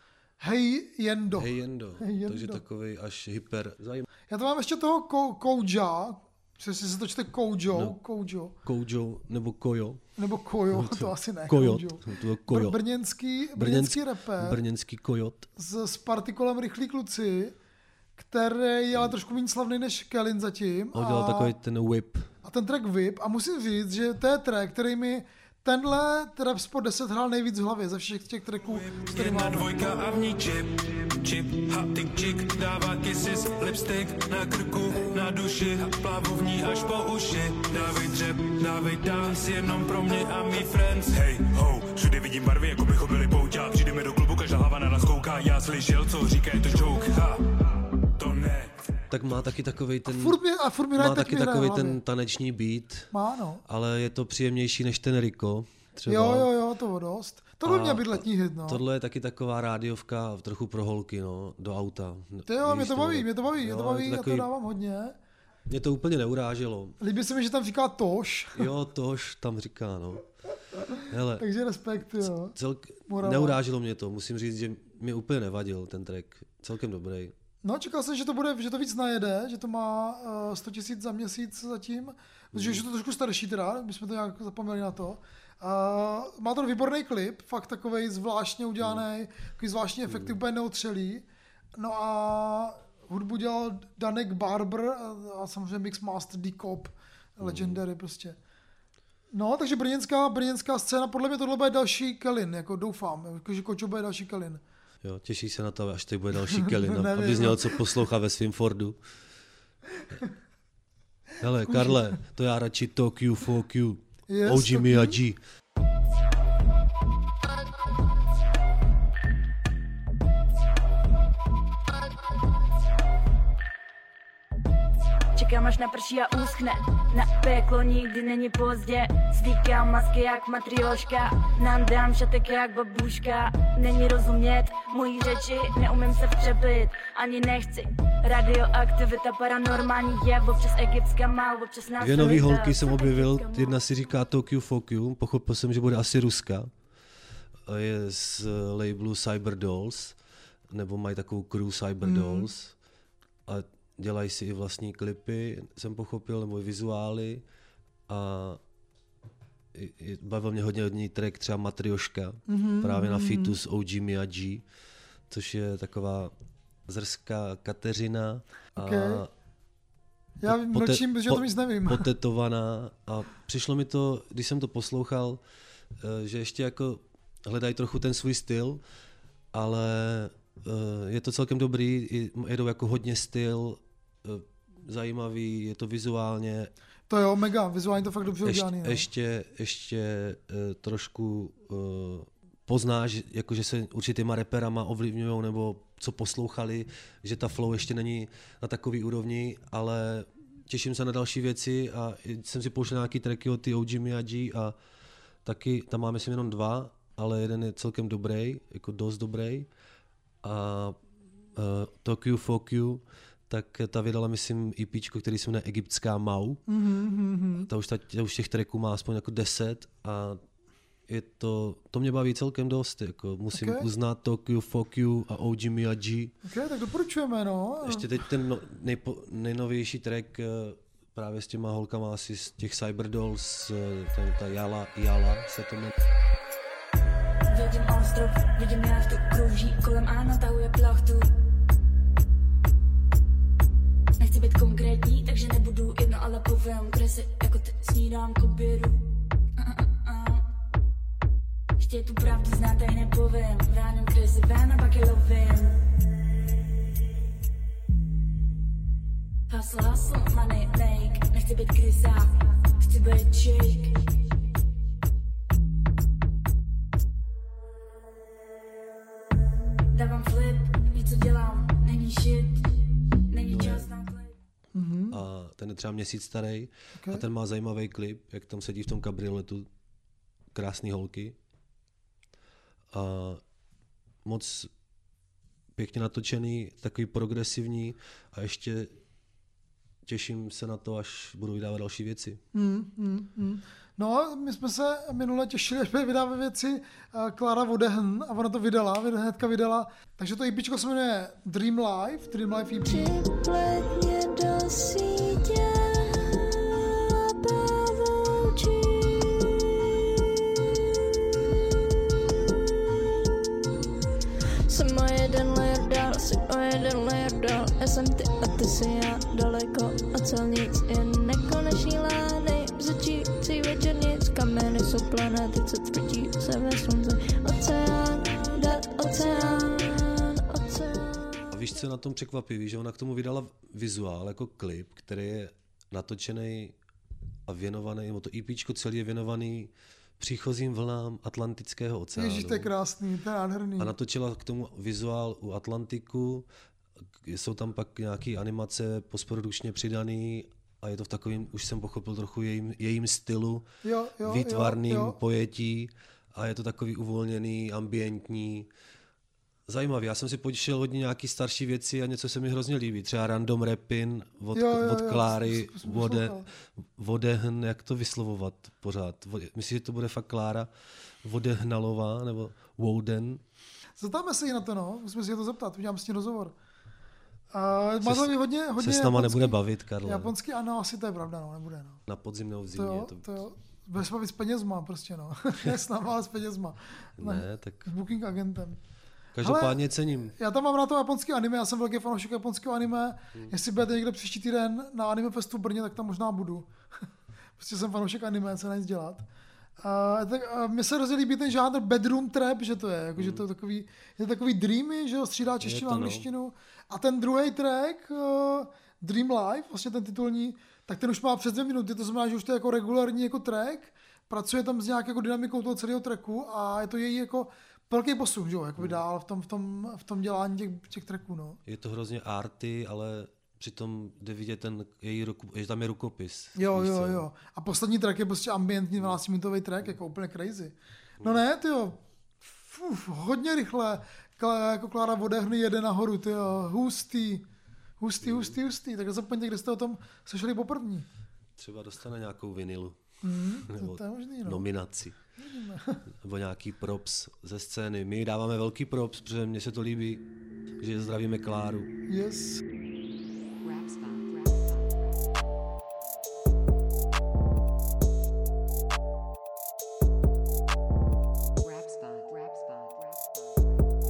Hej Jendo. Hej Jendo, Hej Jendo. takže takovej až hyper zajímavý. Já to mám ještě toho Ko- Kouja, přesně se to čte Koujo, No. Koujo, Koujo nebo Kojo. nebo Kojo, to, to asi ne. Kojot. Koujo. To je Kojot. Br- brněnský, brněnský rapper Brněnský Kojot. s, s partikolem Rychlí kluci, který je ale trošku méně slavný než Kellin zatím. On dělal a, takový ten whip. a ten track Whip. A musím říct, že to je track, který mi tenhle rap spot deset hrál nejvíc v hlavě ze všech těch tracků, který Jedna máme. dvojka a v ní čip, čip, haptik, čik, dává kisses, lipstick na krku, na duši, plavu v ní až po uši. Dávej dřep, dávej dance, jenom pro mě a mý friends. Hej, ho, všude vidím barvy, jako bychom byli pouťák. Přijdeme do klubu, každá hlava na nás kouká. Já slyšel, co říká, je to joke, ha, to ne. Tak má taky takovej ten... Furt mi, a furt mi má hraje, tak taky mi hraje takový v hlavě. ten taneční beat, Má, no. ale je to příjemnější než ten Rico. Třeba. Jo, jo, jo, to dost. To by A měl být letní hit, no. Tohle je taky taková rádiovka trochu pro holky, no, do auta. To jo, Víš, mě to baví, mě to baví, mě jo, to je baví, já takový- to dávám hodně. Mě to úplně neuráželo. Líbí se mi, že tam říká Toš, Jo, tož tam říká, no. Hele, takže respekt, jo. celk... Morava. neuráželo mě to, musím říct, že mi úplně nevadil ten track. Celkem dobrý. No, čekal jsem, že to bude, že to víc najede, že to má uh, sto tisíc za měsíc zatím, protože už je to trošku starší teda, my jsme to nějak zapomněli na to. Uh, má to výborný klip, fakt takovej zvláštně udělaný, takový zvláštní efekty, úplně neotřelý. No a hudbu dělal Danek Barber a, a samozřejmě Mixmaster D-Cop, legendary prostě. No, takže brněnská, brněnská scéna, podle mě tohle bude další Kellin, jako doufám, jako, že Kočo bude další Kellin. Jo, těší se na to, až teď bude další Kelly, no, Nevím, abys no. měl co poslouchat ve svým Fordu. Hele, Karle, to já radši Tokyo fuck you. Yes, O G Miyagi. Čekám až naprší a uschne. Na peklo nikdy není pozdě. Zvykám masky jak matrioška. Nandám šatek jak babuška. Není rozumět mojí řeči, neumím se vtřepit, ani nechci. Radioaktivita, paranormální jev, občas egyptská mal, občas nás Dvě nový lítá. holky jsem objevil, jedna si říká Tokyo fuck you, pochopil jsem, že bude asi Ruska. A je z labelu Cyber Dolls, nebo mají takovou crew Cyber Mhm. Dolls. A dělají si i vlastní klipy, jsem pochopil, nebo i vizuály. A i- i bavil mě hodně hodně track třeba Matrioška, Mhm, právě na mhm. featu s O G Miyagi, což je taková zrská Kateřina. A Okay. Já pote- mlčím, protože o tom nic nevím. Potetovaná a přišlo mi to, když jsem to poslouchal, eh, že ještě jako hledají trochu ten svůj styl, ale eh, je to celkem dobrý, i- jedou jako hodně styl, eh, zajímavý, je to vizuálně, To jo, mega, vizuálně to fakt dobře ještě, udělaný. No. ještě, ještě eh, trošku eh, poznáš, jako že se určitýma reperama ovlivňují nebo co poslouchali, že ta flow ještě není na takový úrovni, ale těším se na další věci a jsem si pouštěl nějaký tracky od ty O G Miyagi a taky tam máme si jenom dva, ale jeden je celkem dobrý, jako dost dobrý a uh, Tokyo fuck you, tak ta vydala, myslím, EPčko, který se jmenuje Egyptská Mau. Mhm, mhm. Ta už, ta, ta už těch tracků má aspoň jako deset a je to, to mě baví celkem dost, jako musím Okay. uznat Tokyo fuck you a O G Miyagi. Ok, tak doporučujeme, no. Ještě teď ten no, nejpo, nejnovější track eh, právě s těma holkama asi z těch Cyber Dolls, eh, ten, ta Jala, Jala se to jmenuje. Vidím ostrov, vidím jachtu, krouží kolem a natahuje plachtu. Nechci být konkrétní, takže nebudu jedno, ale povím, kde si jako ty snídám koběru. Chtěj tu pravdu znát, tak nepovím, vráním krysy ven a pak je lovím. Hustle, hustle, money make, nechci být krysa, chci být shake. Dávám flip, něco dělám, není shit, není čas na klip. je třeba měsíc starý Okay. a ten má zajímavý klip, jak tam sedí v tom kabrioletu krásný holky. A moc pěkně natočený, takový progresivní a ještě těším se na to, až budu vydávat další věci. Mm, mm, mm. No, my jsme se minule těšili, až bude vydávat věci Klára Vodehn a ona to vydala, hnedka vydala. Takže to EPčko se jmenuje Dream Life, Dream Life E P. Připletně do sítě pavoučí. Jsem o jeden layer dál, jsi o jeden layer dál. Já jsem ty a ty jsi já, daleko a cel nic, jen nekonečný lány. Bzučící večernic, kameny jsou planety, co tvrdí se ve slunce. Oceán, dat, oceán, oceán. A víš, co je na tom překvapivý, že ona k tomu vydala vizuál jako klip, který je natočený a věnovaný, nebo to EPčko celý je věnovaný příchozím vlnám Atlantického oceánu. Ježíš, to je krásný, to je nádherný. A natočila k tomu vizuál u Atlantiku, jsou tam pak nějaký animace postprodukčně přidaný a je to v takovém, už jsem pochopil trochu jejím, jejím stylu, jo, jo, výtvarným jo, jo. pojetí a je to takový uvolněný, ambientní. Zajímavý, já jsem si potěšil hodně nějaký starší věci a něco se mi hrozně líbí. Třeba Random Rappin od, Jo, jo, od jo, Kláry jsem- jsem Vode, poslouchal. Vodehn, jak to vyslovovat pořád? Vode- Myslíš, že to bude fakt Klára Vodehnalová nebo Woden? Zeptáme se jí na to, no. Musíme si je to zeptat, udělám s ní rozhovor. A má Se- to mi hodně, hodně se s náma japonský- nebude bavit, Karle. Japonský, ano, asi to je pravda, no, nebude, no. Na podzim nebo v To zimě. jo, to... to jo. Budeš bavit s penězma, prostě, no. Ne s náma, ale s penězma. Ne, tak S booking agentem. každopádně cením. Já tam mám na to japonský anime, já jsem velký fanoušek japonského anime. Hmm. Jestli budete někde příští týden na Anime Festu v Brně, tak tam možná budu. Prostě jsem fanoušek anime, co nic dělat. Uh, tak, uh, mně se hrozně líbí ten žánr bedroom trap, že to je, jako, že to je takový, je to takový dreamy, že jo, střídá češtinu a to, no. angličtinu. A ten druhý track, uh, Dream Life, vlastně ten titulní, tak ten už má přes dvě minuty, to znamená, že už to je jako regulární jako track, pracuje tam s nějakou jako dynamikou toho celého tracku a je to její jako velký posun, že jo, jako dál v tom, v tom, v tom dělání těch, těch tracků, no. Je to hrozně arty, ale přitom jde vidět ten její ruku, že tam je rukopis. Jo, víš jo, co? jo. A poslední track je prostě ambientní dvanáctiminutový track, jako úplně crazy. No ne, tyjo, Fuf, hodně rychle, Kla, jako Klára Vodehn jede nahoru, tyjo, hustý, hustý, hustý, hustý, tak zapomeňte, kde jste o tom slyšeli poprvní. Třeba dostane nějakou vinilu. Mm, Nebo to, to je možný, no. nominaci. Vidíme. Nebo nějaký props ze scény. My jí dáváme velký props, protože mně se to líbí, že zdravíme Kláru. Yes. Rap spot. Rap spot. Rap spot. Rap spot.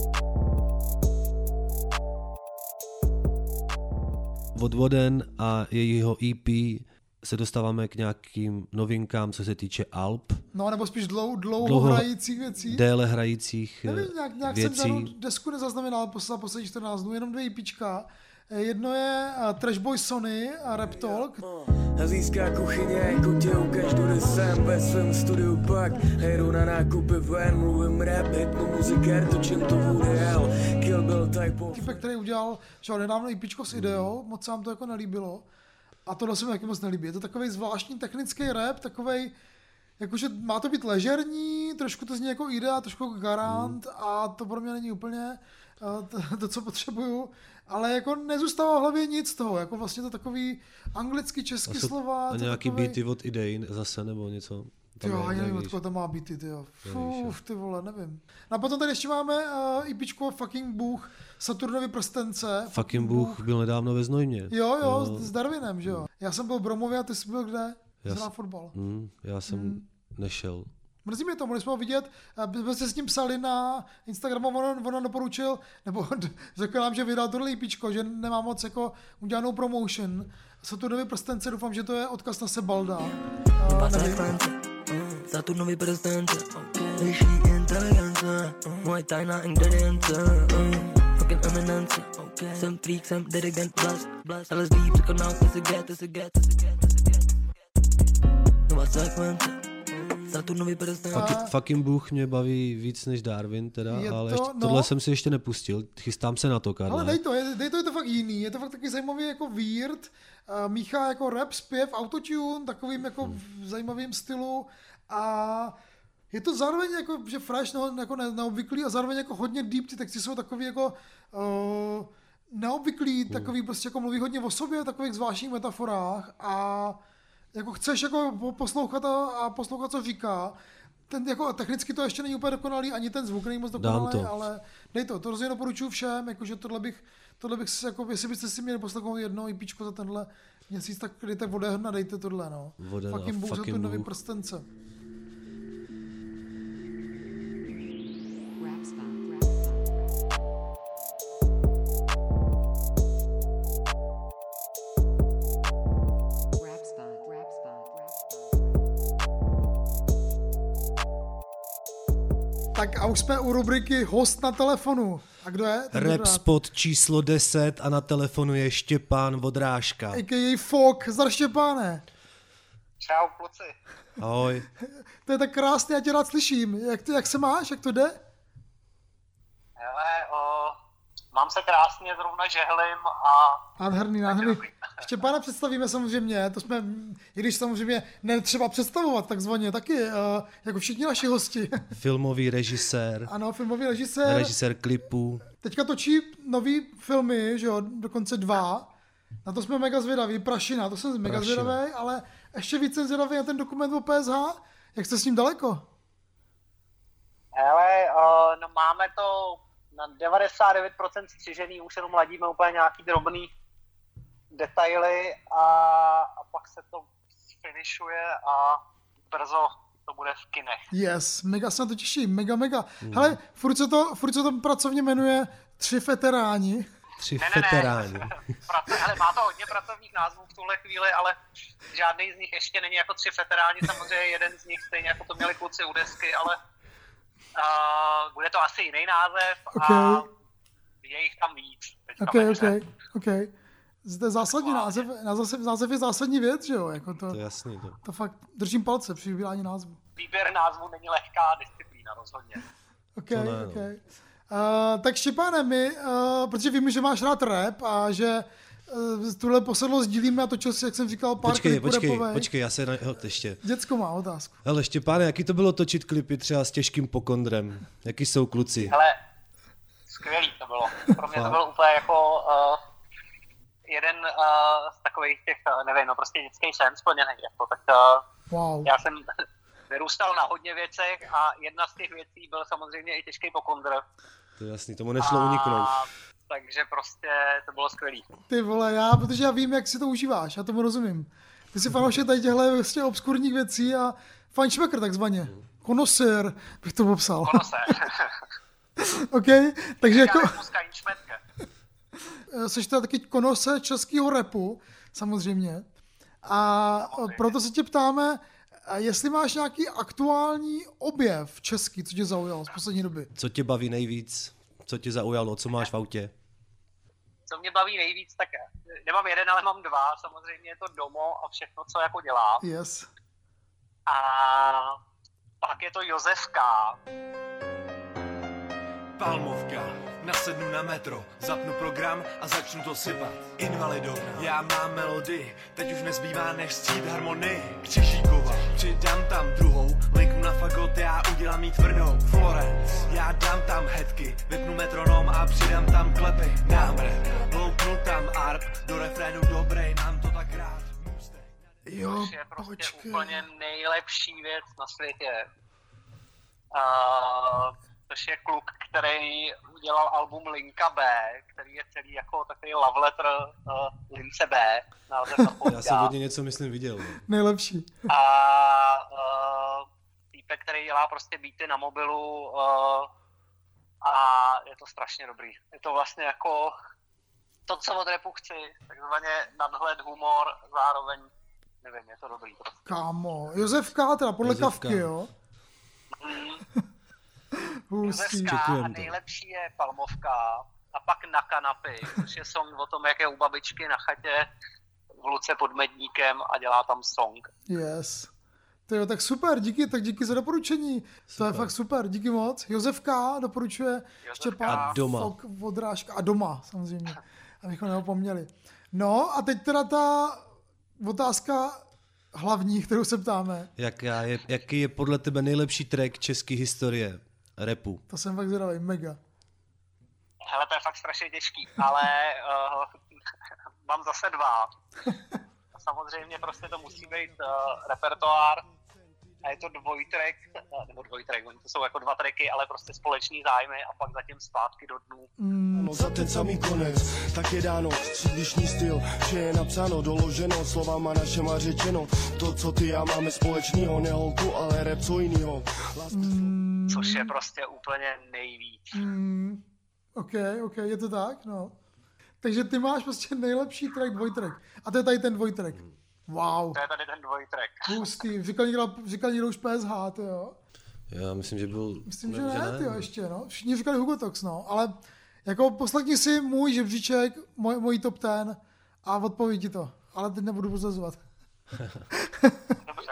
Od Woden a jejího E P se dostáváme k nějakým novinkám, co se týče alb. No, nebo spíš dlou, dlouho, Dlouho hrajících věcí. Déle hrajících Nevím, nějak, nějak věcí. jsem žádnou desku nezaznamenal za posledních čtrnáct dnů, jenom dvě EPčka. Jedno je uh, Trashboy Sony a Rap Talk. Azijská kuchyně, kutě ukaž, jdu sám ve svém studiu pak. Jedu na nákupy ven, mluvím rap, hitnu muzikér, točím to v U D L. Kill Bill type of... Typek, který udělal že nedávno EPčko s ideou, moc se vám to jako nelíbilo. A tohle se mi taky moc nelíbí. Je to takovej zvláštní technický rap, takovej, jakože má to být ležerní, trošku to zní jako idea, trošku jako garant a to pro mě není úplně uh, to, to, co potřebuju. Ale jako nezůstává v hlavě nic z toho, jako vlastně to takový anglicky, český A, jsou, slova. a to nějaký takovej... beaty od idej zase nebo něco. Ty jo, ani nevím, nevíš. odkud to má beaty, ty jo. Nevíš, jo. Fuf, ty vole, nevím. No a potom tady ještě máme uh, EPčko Fucking Bůh, Saturnovi prstence. Fucking Bůh byl nedávno ve Znojmě. Jo, jo, jo. S Darwinem, že jo. Já jsem byl v Bromově a ty jsi byl kde? Já, Hrál fotbal. mm, já jsem Mm. nešel. Mrzí mě to, mohli jsme ho vidět, my jsme se s ním psali na Instagramu, on, on doporučil, nebo řekl nám, že vydal tohle EPčko, že nemá moc jako udělanou promotion. Saturnovi prstence, doufám, že to je odkaz na Sebalda. Uh, nevím. Saturnovi prstence, vyšší inteligence, moje tajná ingredience, fucking eminence, jsem freak, jsem dirigent, blast, blast, L S D překonal, to se get, to se get, to se get, nová sekvence, Saturnovi prsten. Fucking, fucking Bůh mě baví víc než Darwin teda, Je ale to, ještě, no. tohle jsem si ještě nepustil. Chystám se na to, Karle. Ale dej to, je, dej to, je to fakt jiný, je to fakt taky zajímavý jako weird, uh, míchá jako rap, zpěv, autotune, takovým jako hmm. v zajímavým stylu a je to zároveň jako, že fresh, no, jako ne, neobvyklý a zároveň jako hodně deep, ty texty jsou takový jako uh, neobvyklý, hmm. takový prostě jako mluví hodně o sobě, takových zvláštních metaforách a jako chceš jako poslouchat a, a poslouchat, co říká. Ten, jako, technicky to ještě není úplně dokonalý, ani ten zvuk není moc dokonalý, ale dej to, to rozhodně doporučuji všem, jakože tohle bych, tohle bych si, jako, jestli byste si měli poslechnout jedno EPčko za tenhle měsíc, tak dejte Vodehrn a dejte tohle, no. Vodehrn fucking Bůh za tu nový prstence. Tak a už jsme u rubriky Host na telefonu. A kdo je? Rap spot číslo deset a na telefonu je Štěpán Vodrážka. á ká á. Fok. Zdar Štěpáne. Čau, kluci. Ahoj. To je tak krásně, já tě rád slyším. Jak, to, jak se máš, jak to jde? Hele, o, mám se krásně, zrovna žehlím a... Nádherný, nádherný. Štěpána představíme samozřejmě, to jsme, i když samozřejmě netřeba představovat takzvaně, taky, uh, jako všichni naši hosti. Filmový režisér. Ano, filmový režisér. Režisér klipů. Teďka točí nový filmy, že jo, dokonce dva. Na to jsme mega zvědaví. Prašina, to jsem mega zvědavý, ale ještě víc jsem zvědavý na ten dokument o P S H. Jak jste s ním daleko? Hele, uh, no máme to na devadesát devět procent střižený, už jenom ladíme úplně nějaký drobný detaily a, a pak se to finišuje a brzo to bude v kinech. Yes, mega se na to těším, mega, mega. Mm. Hele, furt se to, furt se to pracovně jmenuje Tři veteráni. Tři ne, ne, veteráni. Ne. Hele, má to hodně pracovních názvů v tuhle chvíli, ale žádný z nich ještě není jako Tři veteráni, samozřejmě jeden z nich stejně jako to měli kluci u desky, ale uh, bude to asi jiný název okay. a je jich tam víc. Ok, ok, ok. Zde zásadní název, název, název je zásadní věc, že jo? Jako to, to je jasný. To. to fakt držím palce při vybírání názvu. Výběr názvu není lehká disciplína, rozhodně. Ok, no, ok. Uh, tak Štěpáne, my, uh, protože vím, že máš rád rap a že uh, tuhle posedlost dílíme a točil si, jak jsem říkal, pár počkej, klipů počkej, rapovej. počkej, já se na... Jo, ještě. Děcko má otázku. Hele, Štěpáne, jaký to bylo točit klipy třeba s Těžkým Pokondrem? Jaký jsou kluci? Hele, skvělý to bylo. Pro mě to bylo úplně jako uh, jeden uh, z takových těch, uh, nevím, no prostě dětský sen splněný. Jako, tak uh, wow. Já jsem vyrůstal na hodně věcech a jedna z těch věcí byl samozřejmě i Těžký pokondr. To je jasný, tomu nešlo uniknout. Takže prostě to bylo skvělý. Ty vole, já, protože já vím, jak si to užíváš, já tomu rozumím. Ty jsi fanoušek tady těchto vlastně obskurních věcí a fajnšmekr takzvaně. Konosér bych to popsal. Konosér. OK, takže jako... Fajnšmetr. Jsi teda taky konosér českého rapu, samozřejmě. A proto se tě ptáme, jestli máš nějaký aktuální objev český, co tě zaujalo z poslední doby. Co tě baví nejvíc? Co tě zaujalo? Co máš v autě? Co mě baví nejvíc, tak nemám jeden, ale mám dva. Samozřejmě je to Domo a všechno, co jako dělá. Yes. A pak je to Josefka. Palmovka, nasednu na metro, zapnu program a začnu to sypat. Invalidovna, já mám melodii, teď už nezbývá než střít harmonii. Křižíkova, přidám tam druhou, linku na fagot, já udělám jí tvrdou. Florence, já dám tam headky, vypnu metronom a přidám tam klepy. Dám rap, loupnu tam arp, do refrénu dobrej, mám to tak rád. Jo, což je prostě počkej. úplně nejlepší věc na světě. Uh, což je kluk, který udělal album Linka B, který je celý jako takový love letter uh, Lince B. Já jsem od něj něco, myslím, viděl. Nejlepší. A uh, týpek, který dělá prostě beaty na mobilu uh, a je to strašně dobrý. Je to vlastně jako to, co od rapu chci, takzvaně nadhled, humor, zároveň, nevím, je to dobrý prostě. Kámo, Josefka, teda podle Josefka. Kavky, jo? Mm. Hustý. Josefka a nejlepší je Palmovka a pak Na kanapy, což je song o tom, jak je u babičky na chatě v Luce pod Medníkem a dělá tam song. Yes. Tyjo, tak super, díky, tak díky za doporučení. Super. To je fakt super, díky moc. Josef K. doporučuje Štěpán A doma. Fok, Vodrážka a doma, samozřejmě, abychom neopomněli. No a teď teda ta otázka hlavní, kterou se ptáme. Jaká je, jaký je podle tebe nejlepší track české historie rapu? To jsem fakt zvědavý, mega. Hele, to je fakt strašně těžký, ale uh, mám zase dva. Samozřejmě prostě to musí být uh, repertoár a je to dvojtrack, uh, nebo dvojtrack, oni to jsou jako dva tracky, ale prostě společný zájmy a pak zatím zpátky do dnů. Mm. No za ten samý konec, tak je dáno střídlišný styl, že je napsáno, doloženo, slovama našema řečeno, to co ty a máme společnýho, ne holku, ale rap co jinýho. Mm. Což je prostě úplně nejvíc. Mm. OK, OK, je to tak, no. Takže ty máš prostě nejlepší track, dvojtrack. A to je tady ten dvojtrack. Wow. To je tady ten dvojtrack. Hustý. Říkal někdo, říkal někdo už P S H, to jo. Já myslím, že byl... Myslím, ne, že ne, ne. ty jo, ještě, no. Všichni říkali Hugo Tox, no. Ale jako poslechni si můj žebříček, můj, můj top ten a odpoví ti to. Ale teď nebudu pozazovat. Dobře.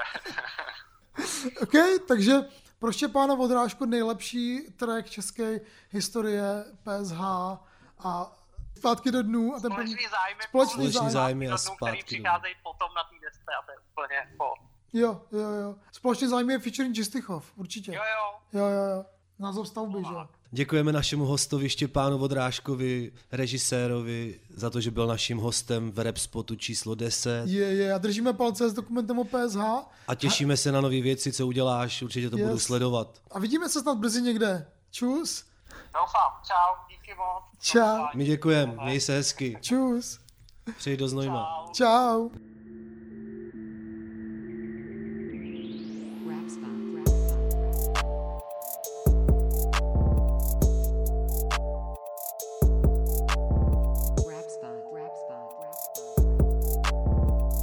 OK, takže pro Štěpána Vodrážku nejlepší track české historie P S H a zpátky do dnů. A ten Společný první... zájmy, Společný Společný zájmy. zájmy a do dnů, který zpátky. přicházejí potom na té desce a to je úplně po. Jo, jo, jo. Společný zájmy je featuring Čistichov, určitě. Jo, jo. Jo, jo, jo. Název stavby, že jo. Děkujeme našemu hostovi Štěpánu Vodrážkovi, režisérovi, za to, že byl naším hostem v rap spotu číslo deset. Je, je. A držíme palce s dokumentem o P S H. A těšíme se na nové věci, co uděláš, určitě to Yes. budu sledovat. A vidíme se snad brzy někde. Čus. Doufám. Čau, díky moc. Čau. My děkujeme, měj se hezky. Čus. Přeji do Znojma. Čau. Rap spot. Rap spot. Rap spot. Rap spot. Rap spot.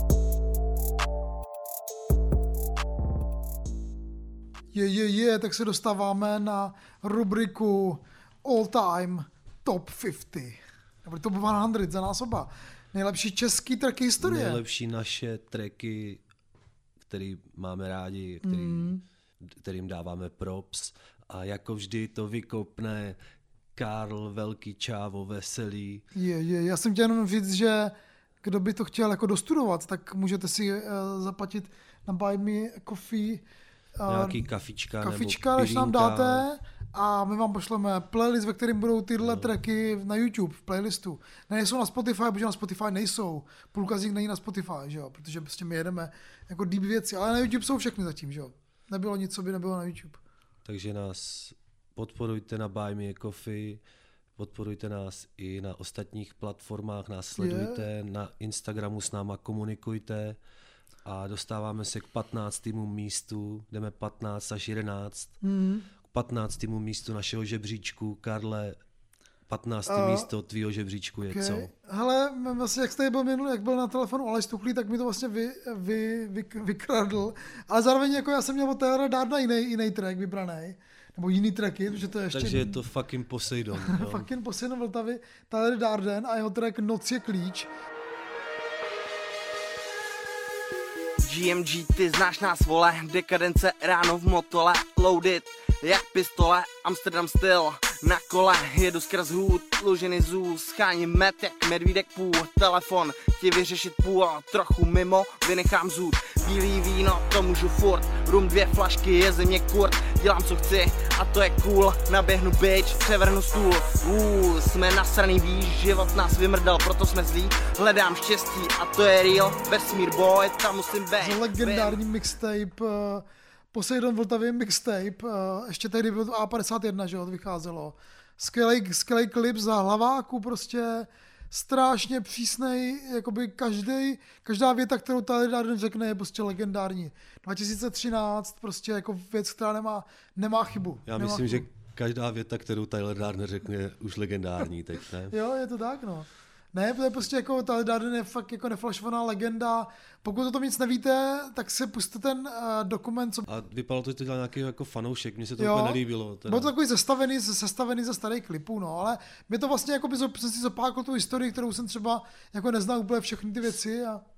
Je, je, je, tak se dostáváme na rubriku All Time Top padesát. Nebo Top sto za nás oba. Nejlepší český tracky historie. Nejlepší naše tracky, který máme rádi, který, Mm. kterým dáváme props. A jako vždy to vykopne Karl, Velký Čávo, Veselý. Je, je, já jsem chtěl jenom říct, že kdo by to chtěl jako dostudovat, tak můžete si uh, zaplatit na Buy Me Coffee uh, Nějaký kafička, kafička, nebo než nám pirínka. dáte a my vám pošleme playlist, ve kterém budou tyhle no. tracky na YouTube, v playlistu. Nejsou na Spotify, protože na Spotify nejsou. Půlka z nich není na Spotify, že jo? Protože prostě my jedeme jako deep věci, ale na YouTube jsou všechny zatím, že jo? Nebylo nic, co by nebylo na YouTube. Takže nás podporujte na Buy Me Coffee, podporujte nás i na ostatních platformách, nás sledujte, Je. na Instagramu s náma komunikujte a dostáváme se k patnáctému místu, jdeme patnáct až jedenáct, Mhm. k patnáctému místu našeho žebříčku. Karle, patnácté A- místo tvýho žebříčku je Okay. co? Hele, vlastně jak jste byl minulý, jak byl na telefonu Aleš Tuchlý, tak mi to vlastně vy, vy, vy, vykradl. Ale zároveň jako já jsem měl od Taylora Dardna jiný, jiný track vybraný. Nebo jiný tracky, protože to je ještě... Takže je to fucking Poseidon. jo. Fucking Poseidon Vltavy, Tyler Darden a jeho track Noc je klíč. G M G, ty znáš nás, vole, dekadence ráno v motole, loaded, jak pistole, Amsterdam styl, na kole, jedu skrz hůd, lužiny zů, scháním met jak medvídek půl, telefon, ti vyřešit půl, trochu mimo, vynechám zůd, bílý víno, to můžu furt, rum dvě flašky, je ze mě kurt, dělám co chci a to je cool, naběhnu bitch, převrhnu stůl, uh, jsme nasraný, víš, život nás vymrdal, proto jsme zlí, hledám štěstí a to je real, vesmír boy, tam musím být. Z legendární mixtape, uh, Poseidon Vltavy mixtape, uh, ještě tehdy bylo to A padesát jedna, že jo, to vycházelo. Skvělej, skvělej klip za hlaváku, prostě strašně přísnej, jakoby každý, každá věta, kterou Tyler Darden řekne, je prostě legendární. dva tisíce třináct, prostě jako věc, která nemá, nemá chybu. Já nemá myslím, chybu. že každá věta, kterou Tyler Darden řekne, je už legendární teď, ne? Jo, je to tak, no. Ne, to je prostě jako, Tyler Darden je fakt jako neflašovaná legenda. Pokud o tom nic nevíte, tak si pusťte ten uh, dokument, co... A vypadalo to, že to dělal nějaký jako fanoušek, mně se to Jo. úplně nelíbilo. Teda. Bylo to takový sestavený, sestavený ze starých klipů, no, ale mě to vlastně jako by jsem si zopákl tu historii, kterou jsem třeba jako neznal úplně všechny ty věci a...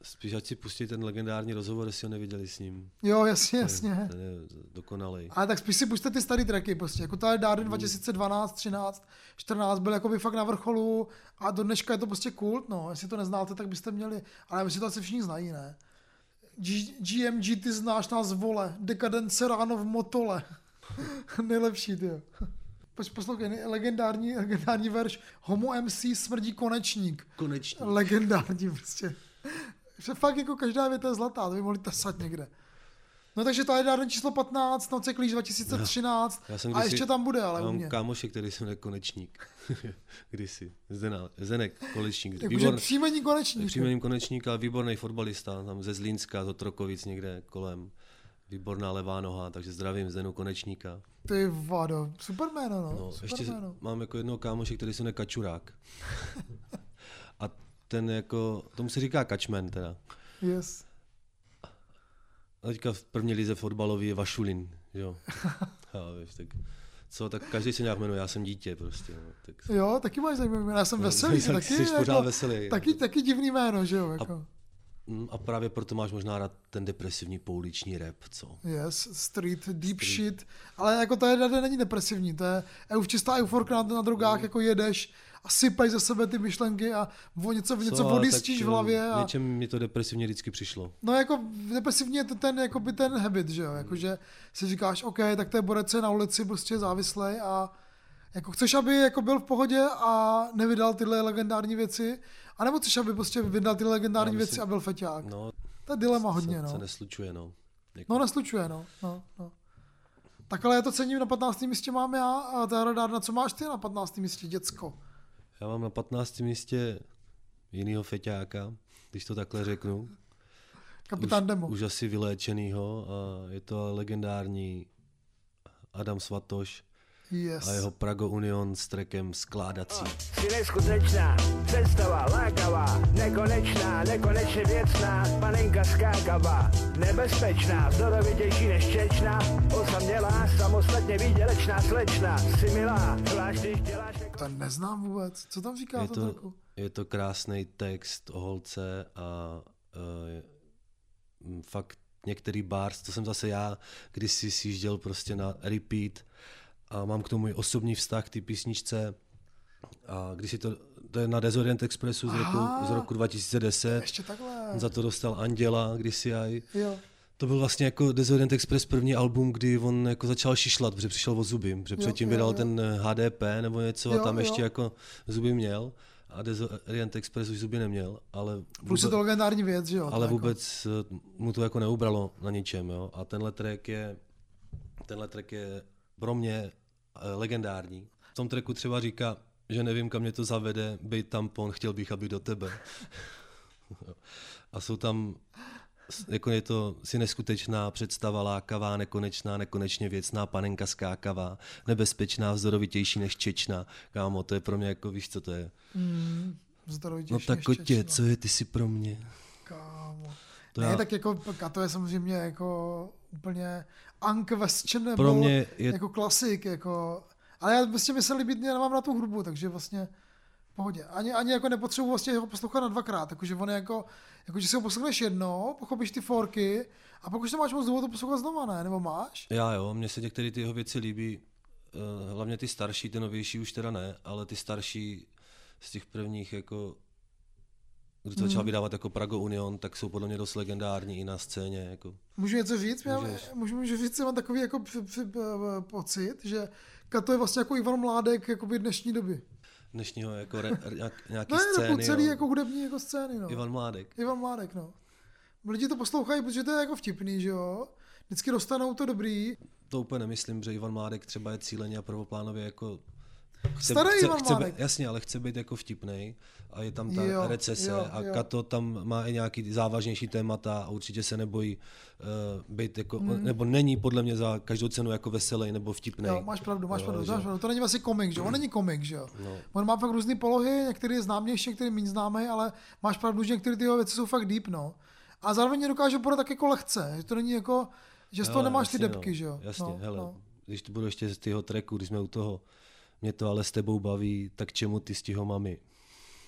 Spíš ať si pustí ten legendární rozhovor, jestli ho neviděli s ním. Jo, jasně, jasně. Ten je dokonalej. Ale tak spíš si puste ty starý tracky, prostě. Jako tady Darden dva tisíce dvanáct, třináct, čtrnáct byl jakoby fakt na vrcholu a do dneška je to prostě kult, no. Jestli to neznáte, tak byste měli, ale myslím, to asi všichni znají, ne? G- G M G, ty znáš nás, vole. Dekadence ráno v Motole. Nejlepší, ty jo. Poslouchej, legendární, legendární verš Homo M C smrdí konečník. Konečník. Legendární prostě. Že fakt jako každá věta je zlatá, to by mohli tasat někde. No takže to je Darden číslo patnáct, Noce klíč dva tisíce třináct Já jsem a ještě tam bude, ale já u mám mě. kámoše, který se jmenuje Konečník. Kdysi. Zdena, Zenek Konečník. Jakože příjmení Konečník. Příjmením Konečník, ale výborný fotbalista, tam ze Zlínska, z Otrokovic někde kolem. Výborná levá noha, takže zdravím Zdenu Konečníka. Ty vado, super jméno, no. no super ještě jméno. mám jako jednoho kámoše, který se jmenuje Kačurák. A ten jako, tomu se říká Kačmen teda. Yes. A teďka v první lize fotbalový je Vašulin, jo. Já, víš, tak co, tak každý se nějak jmenuje, já jsem dítě prostě. No, tak... Jo, taky máš zajímavý jméno, já jsem veselý, jsem, taky, jsi jako, pořád veselý. taky, taky divný jméno, že jo. Jako. A, a právě proto máš možná rád ten depresivní pouliční rap, co? Yes, street, deep street. Shit, ale jako to je, není depresivní, to je eu, čistá euforka na, na drogách, mm. jako jedeš a sypaj ze sebe ty myšlenky a o něco, něco Co, vody stíš v hlavě. A... Něčem mi to depresivně vždycky přišlo. No jako depresivní je to ten, jakoby ten habit, že jo, jakože si říkáš, OK, tak to je borec na ulici, prostě závislej a jako chceš, aby jako byl v pohodě a nevydal tyhle legendární věci, anebo chceš, aby prostě vydal tyhle legendární myslím, věci a byl feťák. No, to je dilema hodně, se, no. Se neslučuje, no. Jako... No neslučuje, no. no, no. Tak ale já to cením, na patnáctém místě mám já a Teodor Dárna, co máš ty na patnáctém místě, děcko? Já mám na patnáctém místě jinýho feťáka, když to takhle řeknu. Kapitán už, Demo. Už asi vyléčenýho a je to legendární Adam Svatoš. Yes. A jeho Prago Union s trackem Skládací. Jsi neskutečná, představa lákavá, nekonečná, nekonečně věcná, panenka skákavá, nebezpečná, vzdorovitější než Čečná, osamělá, samostatně výdělečná slečna, jsi milá, zvlášť když děláš... To neznám vůbec, co tam říká je to, to Je to krásný text o holce a uh, fakt některý bars, to jsem zase já kdysi sjížděl prostě na repeat, a mám k tomu i osobní vztah k té písničce. A když si to, to je na Desorient Expressu z roku, z roku dva tisíce deset. Ještě takhle. Za to dostal Anděla kdysi aj. Jo. To byl vlastně jako Desorient Express první album, kdy on jako začal šišlat, protože přišel o zuby. Protože předtím vydal jo. ten H D P nebo něco jo, a tam jo. ještě jako zuby měl. A Desorient Express už zuby neměl. Ale vůbec, plus je to legendární věc, že jo? Ale vůbec jako... mu to jako neubralo na ničem. Jo? A tenhle track je, tenhle track je pro mě legendární. V tom tracku třeba říká, že nevím, kam mě to zavede, bejt tampon, chtěl bych, aby do tebe. A jsou tam, jako je to si neskutečná představa, lákavá, nekonečná, nekonečně věcná, panenka skákavá, nebezpečná, vzdorovitější než Čečná. Kámo, to je pro mě jako, víš, co to je? Mm, no tak kotě, co je ty si pro mě? Kámo. To ne, já... tak jako, to je samozřejmě jako úplně Unquestionable, nebo pro mě je... jako klasik, jako, ale já vlastně mi se líbí, já nemám na tu hudbu, takže vlastně v pohodě. Ani, ani jako nepotřebuji vlastně ho poslouchat na dvakrát, takže on je jako, jako, že si ho poslouchneš jednou, pochopíš ty forky a pokud to máš moc důvod to poslouchat znova, ne? Nebo máš? Já jo, mně se některé ty jeho věci líbí, hlavně ty starší, ty novější už teda ne, ale ty starší z těch prvních jako když to začal hmm. vydávat jako Prago Union, tak jsou podle mě dost legendární i na scéně. Jako. Můžu něco říct? Já, můžu, můžu říct, že mám takový jako p, p, p, pocit, že Kato je vlastně jako Ivan Mládek jako v dnešní doby. Dnešního jako re, nějak, nějaký ne, scény. Ne, celý jo. jako hudební jako scény. No. Ivan Mládek. Ivan Mládek, no. Lidi to poslouchají, protože to je jako vtipný, že jo. Vždycky dostanou to dobrý. To úplně nemyslím, že Ivan Mládek třeba je cíleně a prvoplánově jako... Chce, Starý chce, Ivan chce, Mládek. Jasně, ale chce být jako vtipnej a je tam ta jo, recese jo, a jo. Kato tam má i nějaký závažnější témata a určitě se nebojí uh, být jako, hmm. nebo není podle mě za každou cenu jako veselý nebo vtipnej. Jo, máš pravdu, máš jo, pravdu, že... máš pravdu. To není vlastně komik, že? On není komik, že jo? No. On má fakt různé polohy, některý je známější, některý méně známý, ale máš pravdu, že některé ty jeho věci jsou fakt deep, no. A zároveň je dokáže podat tak jako lehce, že to není jako, že z toho nemáš jasně, ty debky, no, že jo? Jasně, no, hele, no. když to budu ještě z toho tracku, když jsme u toho, mě to ale s tebou baví, tak čemu ty s těho mami?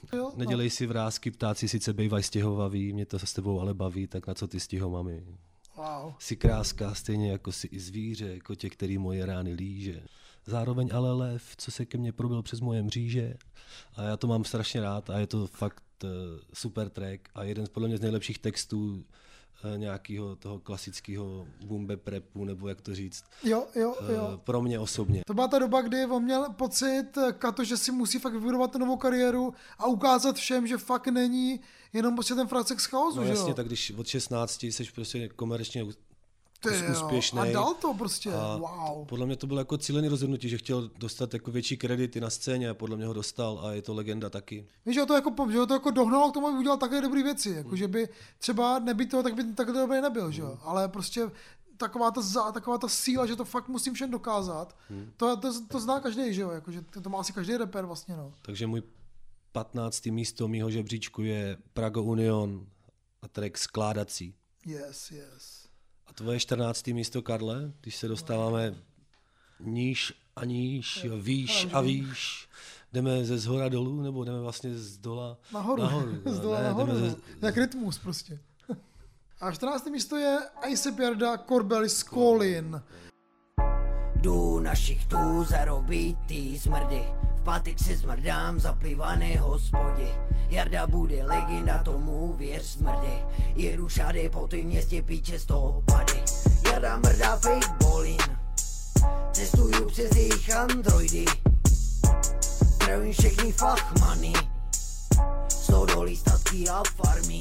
Jo, Nedělej si vrásky, ptáci sice bejvaj stěhovaví, mě to se s tebou ale baví, tak na co ty stěhovami? Wow. Jsi kráská, stejně jako si i zvíře, kotě, který moje rány líže. Zároveň ale lev, co se ke mně probil přes moje mříže. A já to mám strašně rád a je to fakt uh, super track a jeden z podle mě z nejlepších textů uh, nějakého toho klasického boom bap rapu, nebo jak to říct. Jo, jo, jo. Uh, pro mě osobně. To byla ta doba, kdy on měl pocit, Kato, že si musí fakt vybudovat tu novou kariéru a ukázat všem, že fakt není jenom prostě ten fracek z chaosu, No že jasně, jo? tak když od šestnácti jsi prostě komerčně Ty jo, úspěšný. a dal to prostě, A wow. podle mě to bylo jako cílený rozhodnutí, že chtěl dostat jako větší kredity na scéně a podle mě ho dostal a je to legenda taky. Víš, že to jako, že ho to jako dohnalo k tomu, aby udělal takové dobré věci, jako Hmm. že by třeba nebýt toho, tak by takhle dobrý nebyl, že jo? Ale prostě taková ta, zá, taková ta síla, že to fakt musím všem dokázat, Hmm. to, to, to zná každý, že jo? Jako, že to má asi každý rapper vlastně, no. Takže můj patnácté místo mýho žebříčku je Prago Union a track Skládací. Yes, yes. A tvoje čtrnácté místo, Karle, když se dostáváme níž a níž, výš a výš. Jdeme ze zhora dolů, nebo jdeme vlastně z dola Nahoru, nahoru? z dola ne, nahoru, jdeme no. ze, Jak rytmus prostě. A čtrnácté místo je A$ej ap Jarda, Corbelis, Colin. Jdu na šichtu zarobit ty smrdy. V pátek si zmrdám zaplivané hospody. Jarda bude legenda, tomu věř smrdy. Jedu všade po tým městě píče stopady. Jarda mrdá fake bolin. Cestuju přes jejich androidy. Zdravím všechny fachmany. Stodolí, statky a farmy.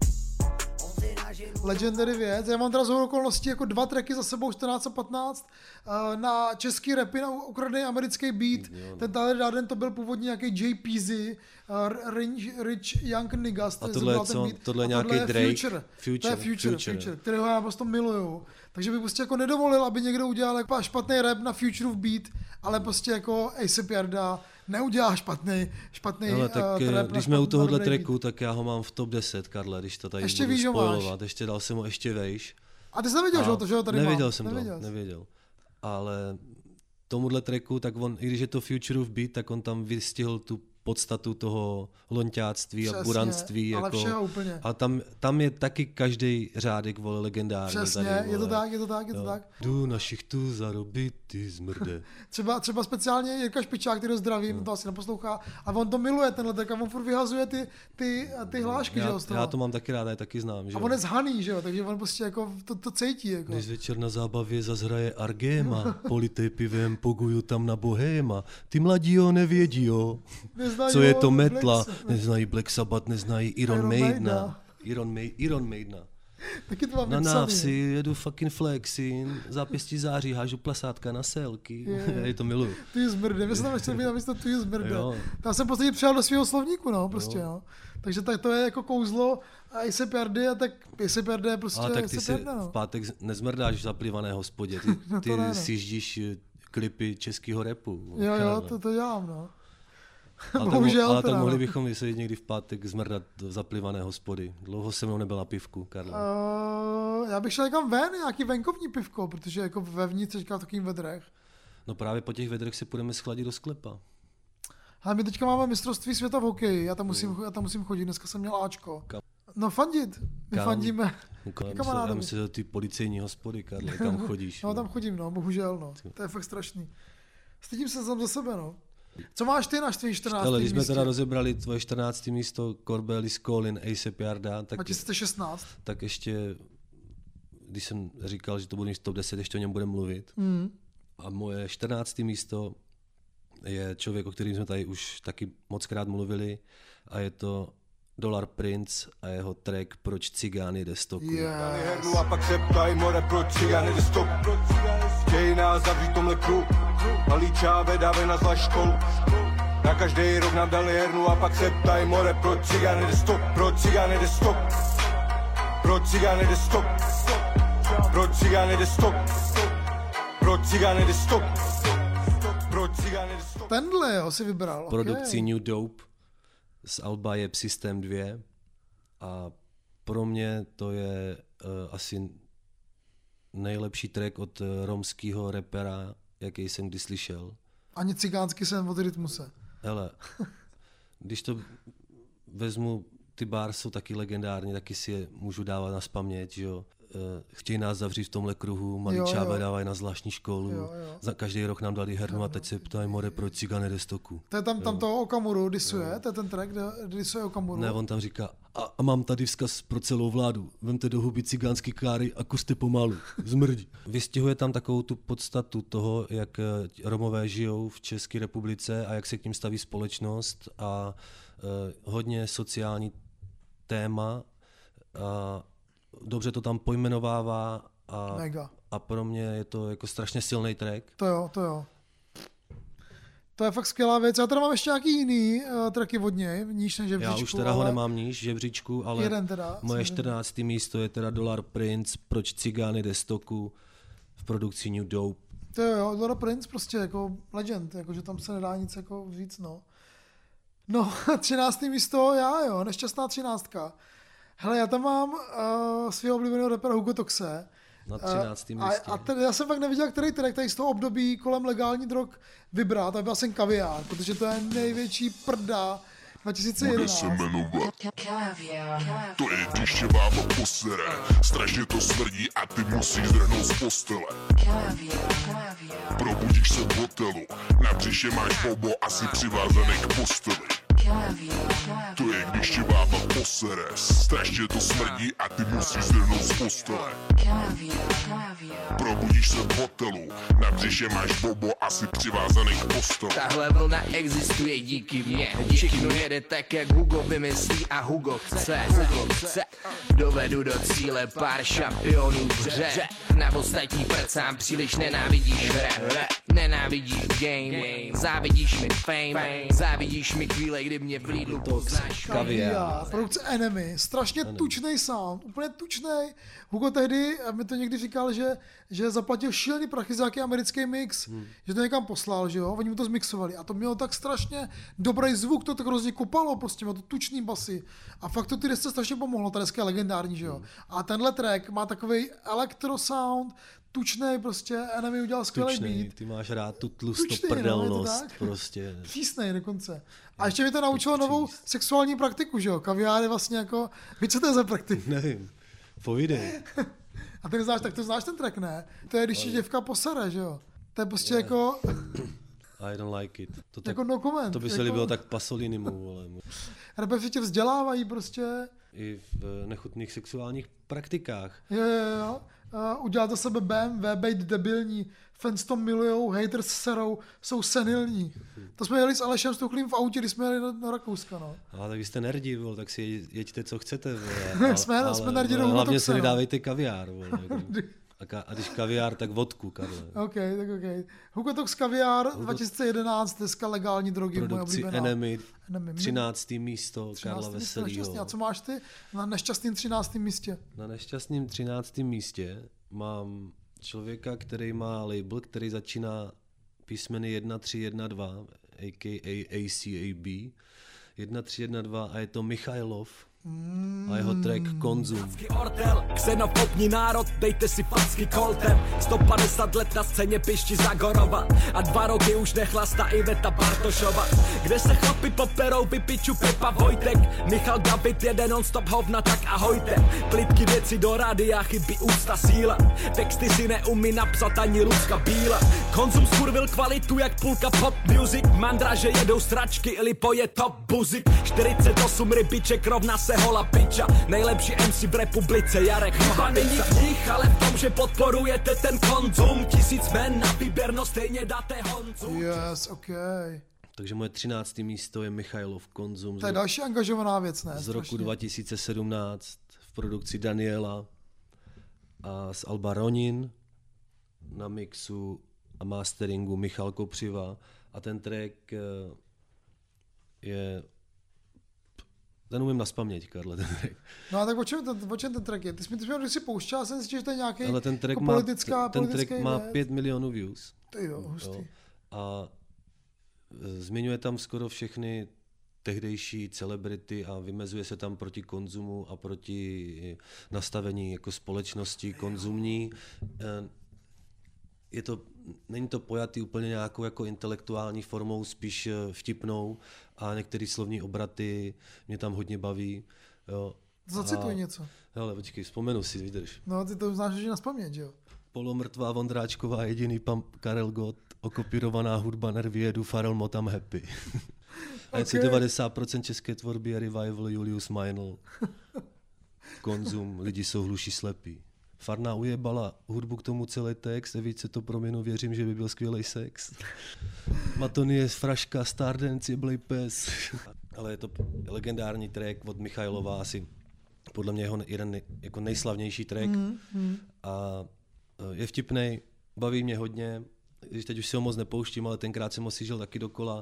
Legendary věc. Já mám teda zhodou okolností jako dva tracky za sebou, čtrnáct a patnáct. Na český rapy, na ukradený americký beat. Ten Tyler Darden to byl původně nějaký J P Z, Rich Young Niggas. A tohle je co? Tohle je nějaký Drake? Future. Future. To je Future, Future. Future, kterého já prostě miluju. Takže bych prostě jako nedovolil, aby někdo udělal jako špatný rap na Futureův beat, ale prostě jako A$ej ap Jarda neudělá špatný, špatný Hele, tak uh, uh, když jsme u tohohle tracku, tak já ho mám v top deset, Karle, když to tady Ještě budu víš, že spojovat. Ještě dal jsem ho ještě vejš. A ty jsi nevěděl, že ho to, že ho tady nevěděl mám. jsem Nevěděl to, jsi. nevěděl. Ale tomuhle tracku, tak on, i když je to Futureův beat, tak on tam vystihl tu podstatu toho lonťáctví Přesně, a buranství. ale jako, všeho úplně. Ale tam, tam je taky každý řádek, vole, legendární. Přesně, tady, je to vole. tak, je to tak, je to Jo. tak. Jdu na šichtu zarobit ty zmrde. Třeba, třeba speciálně Jirka Špičák, který ho zdravím, to asi neposlouchá, a on to miluje tenhle track a on furt vyhazuje ty, ty, ty hlášky, že jo, z já, toho. já to mám taky rád, já taky znám. Že A jo. on je zhaný, že jo, takže on prostě jako to, to cítí, jako. Dnes večer na zábavě zazhraje Argéma, polité pivem poguju tam na bohéma. Ty mladí ho nevědí, jo. Neznají Co je ho, to metla, Black- neznají Black Sabbath, neznají Iron, Iron Maidena. Maidena. Iron, Maid, Iron Maidena. Taky to mám Na vypsaný. návsi jedu fucking flexin, zápěstí září, hážu plasátka na selky. Je. Já to miluju. Ty zmrde, my jsme tam ještě měli namísto ty zmrde. Jo. Já jsem posledně přijal do svého slovníku, no, prostě, no. Takže tak to je jako kouzlo A$ej ap Jardy a tak A$ej ap Jardy je prostě Ale tak ty A$ej ap si Jarda, no. v pátek nezmrdáš v zaplivané hospodě, ty, No to ty ne, no. siždíš eh, klipy českého rapu. Jo, jo, Karle. to, to dělám, no. Ale tak, Bohužel ale tak teda, mohli no. bychom vysedět někdy v pátek zmrdat do zaplivané hospody. Dlouho se mnou nebyl na pivku, Karle. Uh, já bych šel někam ven, nějaký venkovní pivko, protože jako vevnitř teďka v takovým vedrech. No právě po těch vedrech se půjdeme schladit do sklepa. Ale my teďka máme mistrovství světa v hokeji, já tam musím, já tam musím chodit, dneska jsem měl Ačko. Kam? No fandit, my Kam? fandíme. Kam Kamarádovi. myslím, že ty policejní hospody, Karle, kam chodíš? No tam chodím, no, bohužel, no. To je fakt strašný. Stydím se sám za sebe, no. Co máš ty na svým čtrnáctém Ale když jsme místě? teda rozebrali tvoje čtrnácté místo, Corbelis, Colin, A$ej ap Jarda, tak, dva tisíce šestnáct. tak ještě, když jsem říkal, že to bude mít top deset, ještě o něm budeme mluvit. Mm. A moje čtrnácté místo je člověk, o kterým jsme tady už taky mockrát mluvili, a je to Dollar Prince a jeho track Proč cigán jde z toku. Hernu a pak se ptají, more, proč cigán jde stop. Chtějí nás zavřít tomhle kruh. Malý čáve dáve na zla školu. Na každý rok nám dali hernu a pak se ptají, more, proč cigán jde stop. Proč cigán jde stop. Proč cigán jde stop. Proč cigán jde stop. Proč cigán jde stop. Proč cigán jde stop. Tenhle, jo, si vybral. Produkcí okay. New Dope z alba je System dva a pro mě to je uh, asi nejlepší track od uh, romského rapera, jaký jsem kdy slyšel. Ani cigánský jsem od rytmuse. Hele, když to vezmu, ty bars jsou taky legendární, taky si je můžu dávat na spaměť, že jo. Chtějí nás zavřít v tomhle kruhu, malí čáve dávají na zvláštní školu, jo, jo. Za každý rok nám dali hernu a teď se ptají, more, proč Cigan jde z toku. To je tam, tam toho Okamuru disuje, jo. To je ten track, kde disuje Okamuru. Ne, on tam říká, a, a mám tady vzkaz pro celou vládu, vemte do huby cigánský káry a kuřte pomalu, zmrdí. Vystihuje tam takovou tu podstatu toho, jak Romové žijou v České republice a jak se k ním staví společnost a uh, hodně sociální téma a dobře to tam pojmenovává a, Mega. a pro mě je to jako strašně silný track. To jo, to jo. To je fakt skvělá věc. Já teda mám ještě nějaký jiný uh, tracky od něj, níž než žebříčku. Já už teda ale... ho nemám níž žebříčku, ale jeden teda, moje čtrnácté místo je teda Dollar Prince, proč Cigány jde z toku v produkci New Dope. To jo, Dollar Prince prostě jako legend, jakože tam se nedá nic jako říct, no. No, třinácté místo, já jo, nešťastná třináctka. Hele, já tam mám uh, svého oblíbeného rapera Hugo Toxe. Na třináctém uh, místě. A, a tedy, já jsem fakt neviděl, který track tady z toho období kolem legální drog vybrat. A byl jsem Kaviár, protože to je největší prda dva tisíce jedenáct. Bude se jmenovat. To je, když tě bába posere, strašně to smrdí a ty musíš zdrhnout z postele. Probudíš se v hotelu, na břiše máš bobo, asi přivázaný k posteli. To je, když tě bába posere, strašně to smrdí a ty musíš zdrhnout z postele. Probudíš se v hotelu, na břiše máš bobo, asi přivázaný k posteli. Tahle vlna existuje díky mně, všechno jede tak, jak Hugo vymyslí a Hugo chce, Hugo chce. Dovedu do cíle pár šampionů v hře, na ostatní prcám příliš nenávidíš hra. Nenávidíš game, závidíš mi fame, závidíš mi chvíle, kdy mě v Lidlu poznáš. Kaviár. Produkce Enemy, strašně Enemy. tučnej sound, úplně tučnej. Hugo tehdy mi to někdy říkal, že, že zaplatil šílený prachy za nějaký americký mix, hmm. že to někam poslal, že jo, oni mu to zmixovali a to mělo tak strašně dobrý zvuk, to tak hrozně kopalo, prostě mělo to tučný basy a fakt to ty desce strašně pomohlo, ta deska je legendární, že jo. Hmm. A tenhle track má takovej electro sound, tučnej prostě, Enemy udělal skvělý beat. Ty máš rád tu tlustoprdelnost, no, prostě. Přísnej dokonce. A ještě mi to naučilo novou sexuální praktiku, že jo? Kaviár je vlastně jako, víš, co to je za praktik? Nevím, povídej. A ty neznáš, tak to znáš ten track, ne? To je, když ti děvka posere, že jo? To je prostě yeah. jako... I don't like it. To tak, jako no comment. To by se jako... líbilo tak Pasolinimu, vole. Rapper tě vzdělávají prostě. I v nechutných sexuálních praktikách. Jo, jo, jo. Uh, udělat za sebe B M W, bejt debilní, fans to milujou, haters serou, jsou senilní. To jsme jeli s Alešem Stuchlým v autě, když jsme jeli do, do Rakouska, no. Ale tak vy jste nerdi, vol, tak si jeďte, co chcete, vole. Ale, jsme, ale, jsme nerdi do hlavně Hugo si nedávejte kaviár, vole. A, ka, a když kaviár, tak vodku, Karle. OK, tak OK. Hugo Tox Kaviár, Hugo... dva tisíce jedenáct, dneska legální drogy, moje oblíbená. Enemy, třinácté místo, Karla Veselýho. A co máš ty na nešťastným třináctém místě? Na nešťastným třináctém místě mám člověka, který má label, který začíná písmeny jedna tři jedna dva, a k a. A C A B. jedna tři jedna dva a je to Michailov. A jeho track Konzum. Xenofobní národ, dejte si facky koltem. sto padesát let na scéně pišti Zagorova a dva roky už nechlastá Iveta Bartošova. Kde se chlapi poperou, vypiču Pepa Vojtek. Michal David jede non-stop hovna, tak ahojte. Plitky věci do rádia, chybí ústa síla. Texty si neumí napsat ani Lucka Bíla. Konzum skurvil kvalitu jak půlka pop music. Mandraže jedou sračky, Lipo je top buzik. čtyřicet osm rybiček rovná se hola piča. Nejlepší M C v republice Jarek Chyba není v nich, ale v tom, že podporujete ten konzum. Tisíc men na výběr, no stejně dáte honzu. Yes, ok. Takže moje třinácté místo je Michailov Konzum. To je další angažovaná věc, ne? Z Strašně. roku dva tisíce sedmnáct v produkci Daniela a z alba Ronin na mixu a masteringu Michal Kopřiva a ten track je... Ten umím naspaměť, Karle, ten track. No a tak o čem ten, o čem ten track je? Ty jsi mi to si pouštěl, jsem si, že to je nějaký Ale ten track jako má, politická, ten track má věc. pět milionů views. Ty jo, hustý. Jo. A zmiňuje tam skoro všechny tehdejší celebrity a vymezuje se tam proti konzumu a proti nastavení jako společnosti konzumní. je to, není to pojatý úplně nějakou jako intelektuální formou, spíš vtipnou a některé slovní obraty mě tam hodně baví. Jo. Zacituj a, něco. Hele, počkej, vzpomenu si, vydrž. No, ty to znáš, že na vzpomnět, že jo? Polomrtvá Vondráčková, jediný pan Karel Gott, okopírovaná hudba, nervy jedu, Farel Motam happy. A okay. devadesát procent české tvorby je revival Julius Meinl. Konzum, lidi jsou hluší slepí. Farná ujebala hudbu k tomu celý text a více to prominu, věřím, že by byl skvělý sex. Matonie, Fraška, Stardance, jeblej pes. Ale je to legendární track od Michailova, asi podle mě jeho jeden jako nejslavnější track. Mm, mm. A je vtipnej, baví mě hodně, když teď už si ho moc nepouštím, ale tenkrát jsem ho si žil taky dokola,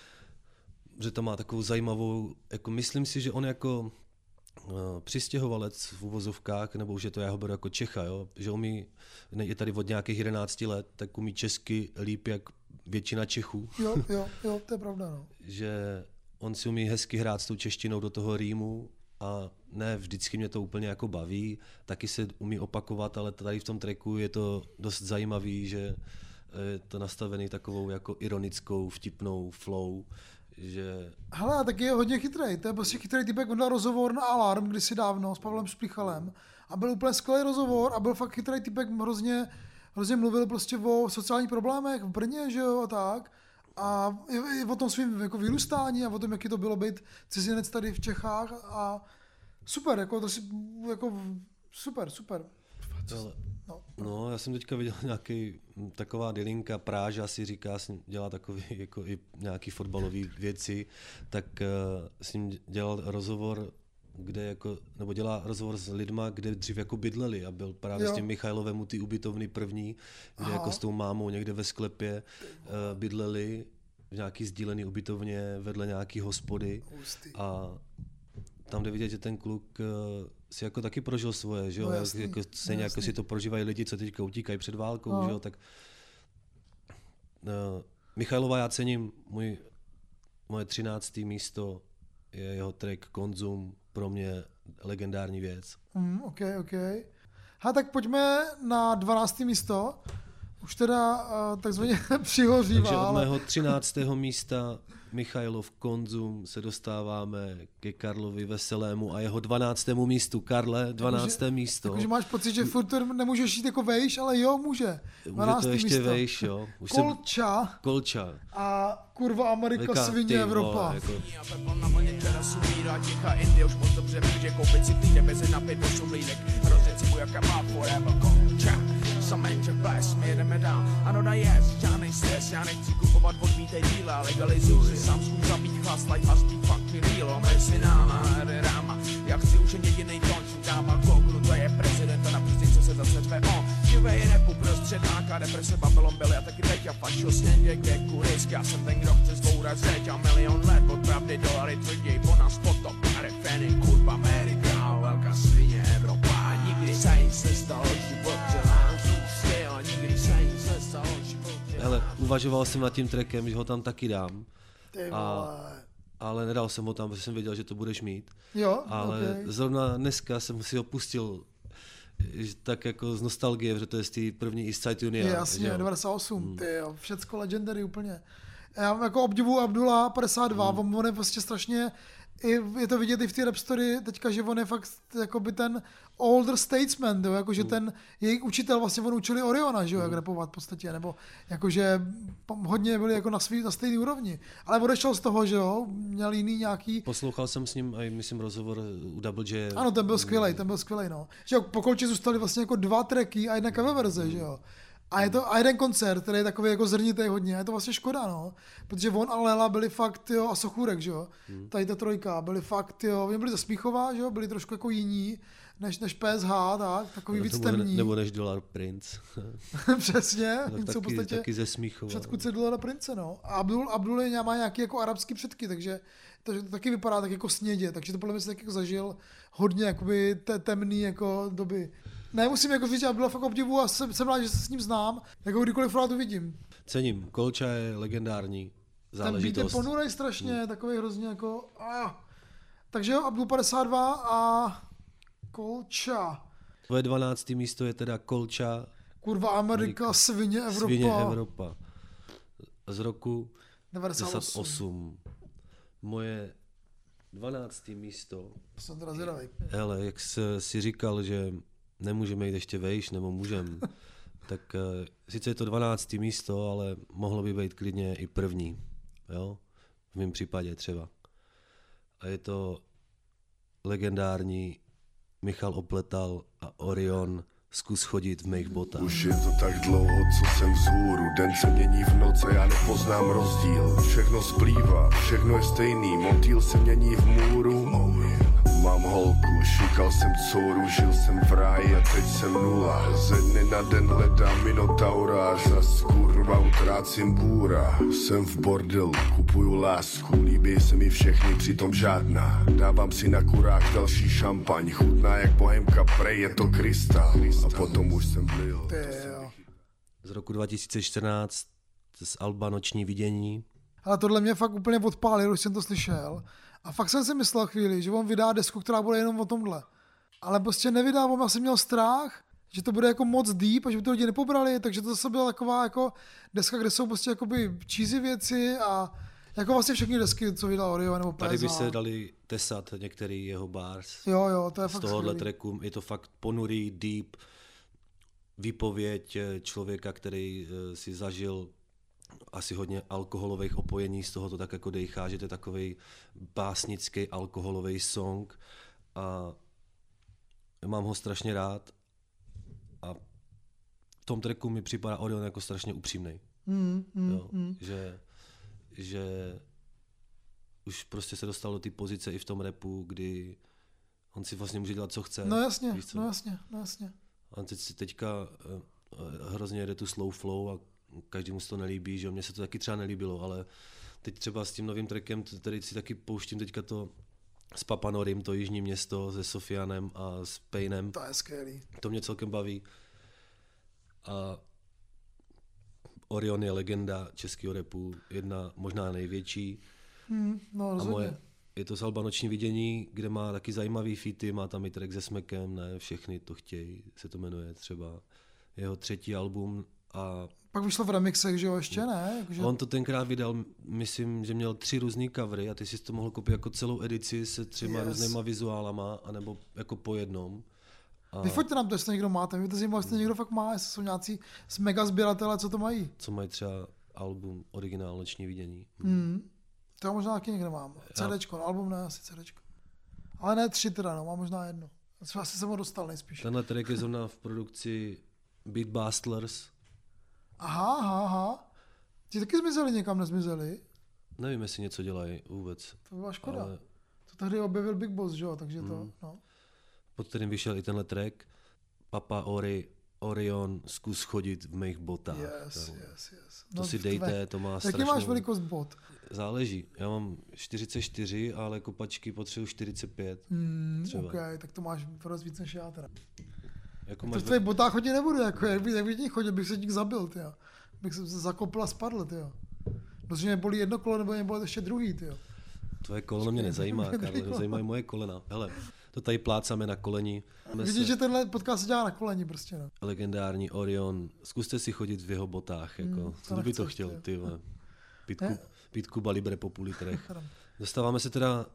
že to má takovou zajímavou, jako myslím si, že on jako uh, přistěhovalec v uvozovkách, nebo už je to já ho beru jako Čecha, jo? Že umí, je tady od nějakých jedenácti let, tak umí česky líp jak většina Čechů. Jo, jo, jo, to je pravda. No. Že on si umí hezky hrát s tou češtinou do toho rýmu a ne vždycky mě to úplně jako baví, taky se umí opakovat, ale tady v tom tracku je to dost zajímavý, že je to nastavený takovou jako ironickou, vtipnou flow, že... Hele, taky je hodně chytrý, to je prostě chytrý typek, on dal rozhovor na Alarm kdysi dávno s Pavlem Šplichalem a byl úplně skvělý rozhovor a byl fakt chytrý typek, hrozně, hrozně mluvil prostě o sociálních problémech v Brně, že jo, a tak. A i o tom svým jako vyrůstání a o tom, jaký to bylo být cizinec tady v Čechách a super, jako, to si, jako super, super. No, no, já jsem teďka viděl nějaký, taková Dylinka, Práža si říká, dělá takový jako i nějaký fotbalový věci, tak uh, s ním dělal rozhovor, kde jako, nebo dělá rozhovor s lidma, kde dřív jako bydleli a byl právě jo. s tím Michailovem u té ubytovny první, kde Aha. jako s tou mámou někde ve sklepě uh, bydleli v nějaký sdílený ubytovně vedle nějaký hospody a tam jde vidět, že ten kluk uh, si jako taky prožil svoje, že jo, no, jasný, jako, stejně no, jako si to prožívají lidi, co teďka utíkají před válkou, no. že jo, tak uh, Michailova já cením, můj, moje třinácté místo je jeho track Konzum, pro mě legendární věc. Mm, ok, ok. Ha, tak pojďme na dvanácté místo, už teda uh, takzvaně přihořívá. Takže od ale... mého třináctého místa Michailov Konzum se dostáváme ke Karlovi Veselému a jeho dvanáctému místu. Karle, dvanácté místo. Takže máš pocit, že furt nemůžeš jít jako vejš, ale jo, může. Může to ještě místo. Vejš, jo. Už Kolča. Jsem... Kolča. A kurva Amerika, Lika, svině Evropa. Jako... Samenče ples, my jedeme dál. Ano, da jest, žádnej stres, já nechci kupovat odmítej díla. Legalizuj si sám zkus zabít chlast, life has been fucking real. Medicinálna, ráma, já chci už jen jedinej tón. Dáma kokru, to je prezidenta na prsty, co se zase řve on. Živej repu prostřed náka, deprese Babylon byly a taky teď a fačil snědě, kde kurisk. Já jsem ten, kdo chce zbourat zeď a milion let od pravdy dolary tvrděj po nás potom. Arefeny, kurva Amerika, velká svině Evropa. Nikdy se jí se stalo život, že nám zůstě a nikdy se jí se stalo život. Hele, uvažoval jsem nad tím trackem, že ho tam taky dám. A, ale nedal jsem ho tam, protože jsem věděl, že to budeš mít. Jo, ale okay. Zrovna dneska jsem si ho pustil tak jako z nostalgie, že to je z té první East Side Unia. Jasně, devadesát osm, hmm. ty jo, všecko legendary úplně. Já jako obdivuju Abdula padesát dva, hmm. on je prostě strašně, je to vidět i v té rap story teďka, že on je fakt jakoby ten older statesman, jo, jakože hmm. ten jejich učitel, vlastně on učili Oriona, že jo, jak hmm. rapovat v podstatě, nebo jakože hodně byli jako na, svý, na stejný úrovni, ale odešel z toho, že jo, měl jiný nějaký... Poslouchal jsem s ním, a myslím, rozhovor u Double J. Ano, ten byl skvělej, ten byl skvělej, no. Že jo, po Kolči zůstaly vlastně jako dva tracky a jedna cover verze, že jo. A je to a jeden koncert, který je takový jako zrnitý hodně, je to vlastně škoda, no. Protože on a Lela byli fakt, jo, a Sochůrek, že jo. Hmm. Tady ta trojka, byli fakt, jo, oni byli ze Smíchova, že jo, byli trošku jako jiní, než, než P S H, tak, takový víc temní. Nebo než Dollar Prince. Přesně, no, taky, jsou v podstatě taky ze Smíchova. Předchůdce Dollara Prince, no. A Abdul, Abdul je, má nějaký jako arabský předky, takže to, to taky vypadá tak jako snědě, takže to podle mě si tak jako zažil hodně jakoby te, temný jako doby. Ne, musím jako říct, že Abdula fakt obdivu a jsem, jsem rád, že se s ním znám, jako kdykoliv rád uvidím. Cením, Kolča je legendární záležitost. Ten beat je ponurej strašně, hmm. takový hrozně jako... Ah. Takže jo, Abdul padesát dva a Kolča. Tvoje dvanácté místo je teda Kolča. Kurva Amerika, svině Evropa. Svině Evropa. Z roku devadesát osm. devadesát osm. Moje dvanácté místo. Jsem teda zvědavý. Hele, jak jsi si říkal, že nemůžeme jít ještě vejš, nebo můžem, tak uh, sice je to dvanácté místo, ale mohlo by být klidně i první. Jo? V mém případě třeba. A je to legendární Michal Opletal a Orion Zkus chodit v mých botách. Už je to tak dlouho, co jsem vzhůru. Den se mění v noc a já nepoznám rozdíl. Všechno splývá, všechno je stejný. Motýl se mění v můru. Mám holku, šukal jsem dcouru, žil jsem v ráji a teď jsem nula. Ze dny na den hledám minotaura, zas kurva utrácím bůra. Jsem v bordelu, kupuju lásku, líbí se mi všechny, přitom žádná. Dávám si na kurák další šampaň, chutná jak bohemka, prej je to krystal. A potom už jsem byl. Z roku dva tisíce čtrnáct z alba Noční vidění. Ale tohle mě fakt úplně odpálilo, když jsem to slyšel. A fakt jsem si myslel chvíli, že on vydá desku, která bude jenom o tomhle. Ale prostě nevydá, on asi měl strach, že to bude jako moc deep a že by to lidi nepobrali, takže to zase byla taková jako deska, kde jsou prostě jakoby cheesy věci a jako vlastně všechny desky, co vydal Orion nebo P S A. Tady by se dali tesat některý jeho bars. Jo, jo, to je z fakt tohohle skvělý. tracku. Je to fakt ponurý, deep výpověď člověka, který si zažil asi hodně alkoholových opojení, z toho to tak jako dejchá, že to je takovej básnický alkoholový song a mám ho strašně rád a v tom tracku mi připadá Orion jako strašně upřímnej. Mm, mm, jo, mm. Že, že už prostě se dostal do té pozice i v tom rapu, kdy on si vlastně může dělat, co chce. No jasně, víš co? no jasně, no jasně. A teď si teďka hrozně jede tu slow flow a každému se to nelíbí, že mně se to taky třeba nelíbilo, ale teď třeba s tím novým trackem, který si taky pouštím teďka to s Papanorim, to Jižní město, se Sofianem a s Paynem. To je skvělý. To mě celkem baví. A Orion je legenda českého rapu, jedna možná největší. Hmm, no, a rozhodně. moje, je to z alba Noční vidění, kde má taky zajímavý featy, má tam i track se Smekem, ne, všechny to chtějí, se to jmenuje třeba. Jeho třetí album a Pak vyšlo v remixech, že jo, ještě ne? Jakože... on to tenkrát vydal, myslím, že měl tři různý covery a ty si to mohl koupit jako celou edici se třema Yes. různýma vizuálama, anebo jako po jednom. A Vyfoďte nám to, jestli někdo máte, mě to zajímalo, jestli někdo fakt má, jestli jsou nějací z mega sběratele, co to mají. co mají třeba album originál Noční vidění. Hmm. To já možná taky někde mám. CDčko, no, album ne, asi CDčko. Ale ne tři teda, no, mám možná jedno. Asi jsem ho dostal nejspíš. Tenhle track je zrovna v produkci Beat Bastlers. Aha, aha, aha. Ti taky zmizeli někam, nezmizeli? Nevím, jestli něco dělají vůbec. To byla škoda. Ale To tehdy objevil Big Boss, že jo, takže to, Hmm. no. pod kterým vyšel i tenhle track. Papa Ori, Orion, Zkus chodit v mých botách. Yes, Jo. yes, yes. To No, si v dejte, tvé- to má Jaký strašnou... máš velikost bot? Záleží. Já mám čtyřicet čtyři, ale kopačky potřebuji čtyřicet pět. Hmm, třeba. OK, tak to máš dost víc než já teda. Jako To máš v tvých botách hodně nebudu, jako, jak, by, jak bych v nich chodil, bych se tím zabil, tyjo. Bych se zakopl a spadl, tyjo. Protože mě bolí jedno kolo, nebo mě bolí ještě druhý, tyjo. Tvoje koleno mě nezajímá, Karle, mě zajímají moje kolena. Hele, to tady plácáme na koleni. Máme Vidíš, se- že tenhle podcast se dělá na koleni prostě, no. Legendární Orion, zkuste si chodit v jeho botách, jako, Hmm, to co by to nechceš, chtěl, ty. ty vole. Pít, Ne? ku, pít Kuba Libre po půl litrech. Pardon. Dostáváme se teda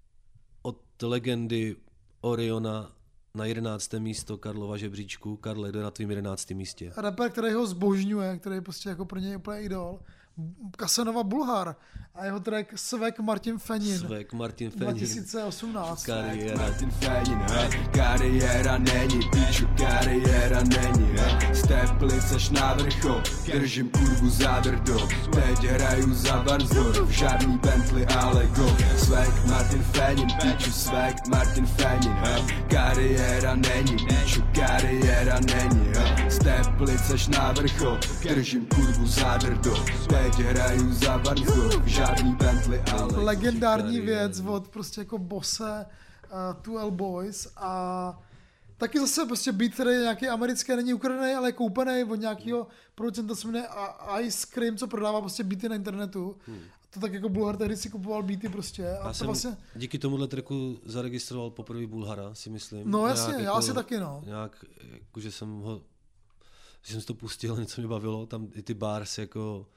od legendy Oriona na jedenácté místo Karlova žebříčku. Karle, jde na tvým jedenáctém místě. Rapper, který ho zbožňuje, který je prostě jako pro něj úplně idol. Kasanova Bulhar a jeho track Svek Martin Fenin. Svek Martin dva Fenin. tisíce osmnáct. Kariéra. Martin Fenin, he, kariéra není, píču, kariéra není, he. Z Teplice až na vrchol, držím kurvu za drdo, teď hraju za Varnsdorf, žádný Bentley, ale go. Svek Martin Fenin, píču, svek Martin Fenin, he. Kariéra není, píču, kariéra není, he. Z Teplice až na vrchol, držím kurvu za drdo, teď hraju za Varnsdorf, žádný Bentley, ale Legendární věc od prostě jako Bosse, uh, Two L Boys a taky zase prostě beat, který je nějaký americký, není ukradený, ale je koupený od nějakého producenta, se jmenuje A- Ice Cream, co prodává prostě beaty na internetu. Hmm. To tak jako Bulhar tehdy si kupoval beaty prostě. A Já to jsem vlastně, díky tomuhle tracku zaregistroval poprvé Bulhara, si myslím. No jasně, já si taky, no. Nějak, jako, že jsem ho když jsem si to pustil, něco mě bavilo, tam i ty bars jako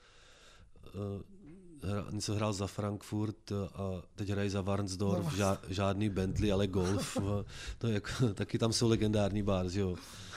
uh, hra, něco hrál za Frankfurt a teď hrají za Warnsdorf, ža, žádný Bentley, ale Golf. To je jako, taky tam jsou legendární bars, jo.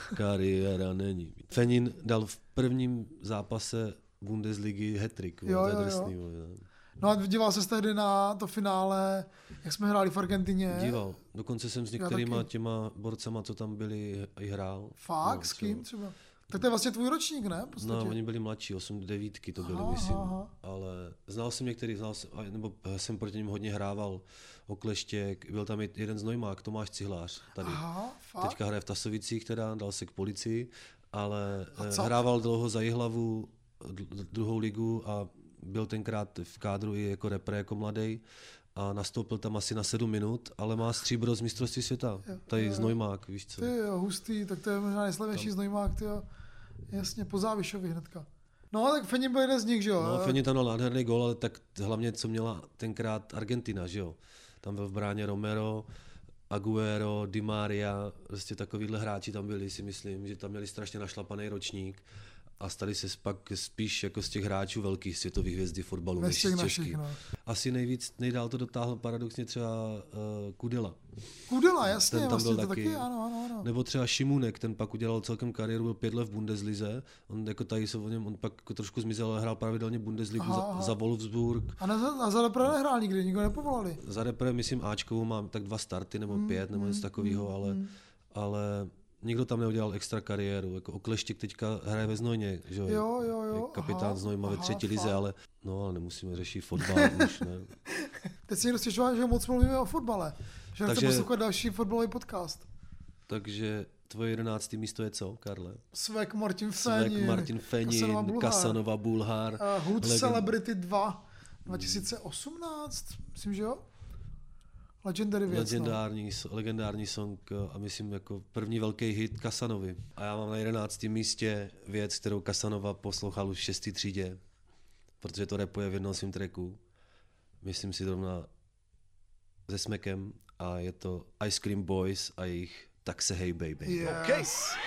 Kariéra není. Fenin dal v prvním zápase Bundesligy hat-trick, to je drsný. No a díval ses tehdy na to finále, jak jsme hráli v Argentině? Díval. Dokonce jsem s některýma těma borcama, co tam byli, i hrál. Fakt? No, s kým třeba? Tak to je vlastně tvůj ročník, ne? No, oni byli mladší, osm devítky to byly, aha, myslím. Aha. Ale znal jsem některý, znal jsem, nebo jsem proti ním hodně hrával. Okleštěk, byl tam jeden z Nojmák, Tomáš Cihlář, tady. Aha, teďka hraje v Tasovicích, teda, dal se k policii, ale hrával dlouho za Jihlavu, druhou ligu a byl tenkrát v kádru i jako repre, jako mladý a nastoupil tam asi na sedm minut, ale má stříbro z mistrovství světa, tady z Nojmák, víš co. Ty jo, hustý, tak to je možná nejslavnější z Nojmák, ty jo, jasně, po Závišovi hnedka. No tak Fenin byl jeden z nich, že jo? No, Fenin tam dal nádherný gól, ale tak hlavně co měla tenkrát Argentina, že jo. Tam byl v bráně Romero, Agüero, Di Maria, prostě takovýhle hráči tam byli, si myslím, že tam měli strašně našlapaný ročník a stali se pak spíš jako z těch hráčů velkých světových hvězdy fotbalu než z českých. No. Asi nejvíc, nejdál to dotáhl paradoxně třeba uh, Kudela. Kudela, jasně, ten tam vlastně byl to taky, ano, ano, ano. Nebo třeba Šimunek, ten pak udělal celkem kariéru, byl pět let v Bundeslize, on jako tady se o něm, on pak jako trošku zmizel, ale hrál pravidelně Bundesligu aha, za, aha. za Wolfsburg. A, na, a za repre nehrál nikdy, nikdo nepovolali? Za repre, myslím, Ačkovou mám tak dva starty nebo mm, pět, nebo něco mm, takového, mm, ale, mm. ale nikdo tam neudělal extra kariéru, jako Okleštěk teďka hraje ve Znojmě, že jo, jo, jo, jo, kapitán aha, Znojma ve třetí aha, lize, fakt. ale no, ale nemusíme řešit fotbal už, ne. Teď si někdo stěžoval, že moc mluvíme o fotbale, že nechce poslouchat další fotbalový podcast. Takže tvoje jedenácté místo je co, Karle? Svek Martin Fenin, Svek Martin Fenin, Kasanova Bulhár. Uh, Hood Legend... Celebrity dva, dva tisíce osmnáct, myslím, že jo? Legendary věc, legendární, no. legendární song a myslím jako první velký hit Kasanovi. A já mám na jedenáctém místě věc, kterou Kasanova poslouchal už v šestý třídě, protože to rapuje v jednom svým tracku. Myslím si zrovna se Smekem a je to Ice Cream Boys a jejich Tak se hej baby. Yes. Okay.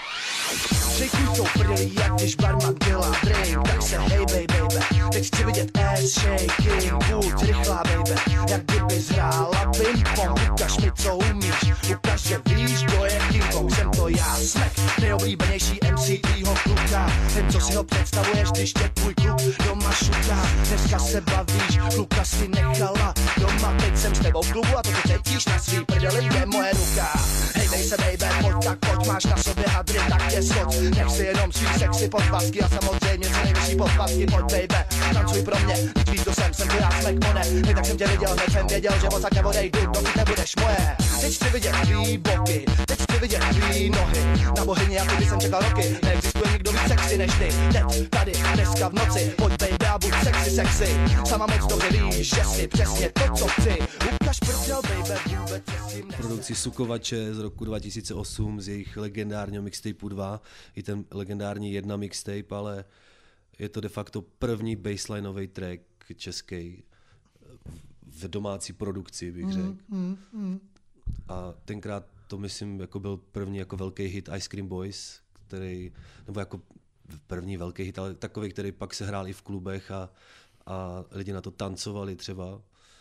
Šejkuj tou prdeli, jak když barman dělá drink. Tak se hej baby, baby. Teď chci vidět ass shaking. Buď rychlá baby, jak kdyby zhrála ping-pong. Ukaž mi, co umíš, ukaž, že víš, kdo je King Kong. Jsem to já, Smek, nejoblíbenější M C tvýho kluka. Ten, co si ho představuješ, když tě tvůj kluk doma šuká. Dneska se bavíš, kluka si nechala doma. Teď jsem s tebou v klubu a to ty cítíš na svý prdeli, je moje ruka. Hej, dej se baby, pojď tak pojď, máš na sobě hadry, tak tě schod. Nech si jenom svý sexy podpasky a samozřejmě co nejvyšší podpasky, pojď baby, tancuj pro mě, teď víš, kdo jsem, jsem to já, Smek Mone. Hej, tak jsem tě viděl, hned jsem věděl, že odsaď neodejdu, dokud nebudeš moje. Teď chci vidět tvý boky, teď chci vidět tvý nohy. Na bohyni, jako by jsem čekal roky, neexistuje nikdo víc sexy než ty. Teď, tady, dneska v noci, pojď baby a buď sexy, sexy. Sama moc dobře víš, že jsi přesně to, co chci. Ukaž prdel, baby, vůbec se s tím nechci. Produkci Sukovače z roku dva tisíce osm z jejich legendárního mixtapeu dva, i ten legendární jedna mixtape, ale je to de facto první baselineový track český v domácí produkci, bych řekl. Mm, mm, mm. A tenkrát to myslím jako byl první jako velký hit Ice Cream Boys, který, nebo jako první velký hit, ale takový, který pak se hrál i v klubech a, a lidi na to tancovali třeba.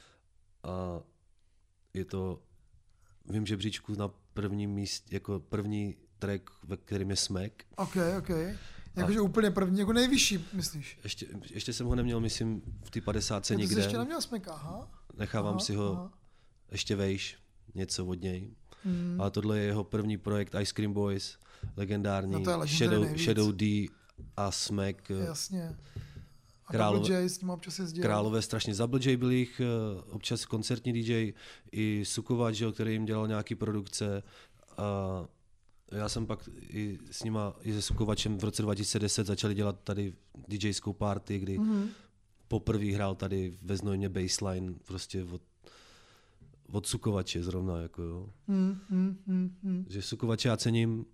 A je to, vím, že bříčku na prvním místě, jako první track, ve kterém je Smek. Ok, ok. Jakože úplně první, jako nejvyšší, myslíš? Ještě, ještě jsem ho neměl, myslím, v té padesátce někde. Ty jsi ještě neměl Smeka, aha. Nechávám aha, si ho aha. ještě vejš, něco od něj. Mm. Ale tohle je jeho první projekt Ice Cream Boys, legendární, no to je Shadow, Shadow D a Smek. Jasně. A Králové, Double J s tím občas jezdil. Králové strašně. Double J byl jich občas koncertní D J, i Sukovač, který jim dělal nějaký produkce. A já jsem pak i s nima, i se Sukovačem v roce dva tisíce deset začali dělat tady DJskou party, kdy mm-hmm. poprvé hrál tady ve Znojmě baseline prostě od, od Sukovače zrovna. Jako, jo. Mm, mm, mm, mm. Že Sukovače já cením,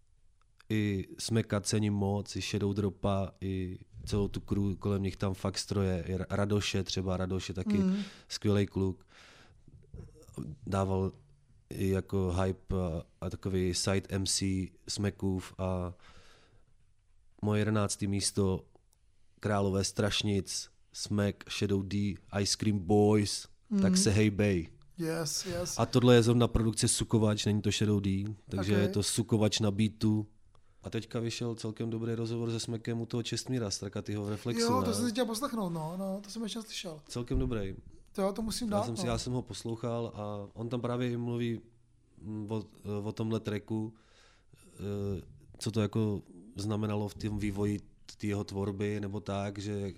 i Smeka cením moc, i Shadow Dropa, i celou tu crew kolem nich tam fakt stroje. I Radoše třeba, Radoš je taky mm. skvělej kluk. Dával i jako hype a, a takový side M C Smekův a moje jedenácté místo Králové Strašnic, Smack, Shadow D, Ice Cream Boys, Mhm. tak se hejbej. Yes, yes. A tohle je zrovna produkce Sukovač, není to Shadow D, takže Okay. je to Sukovač na beatu. A teďka vyšel celkem dobrý rozhovor se Smackem u toho Čestmíra Strakatyho v Reflexu. Jo, to ne? jsem si chtěl poslechnout, no, no, to jsem ještě slyšel. Celkem dobrý. To jo, to musím Já dát, jsem, si, no. já jsem ho poslouchal a on tam právě i mluví mm, o, o tomhle tracku, eh, co to jako znamenalo v tom vývoji té jeho tvorby, nebo tak, že,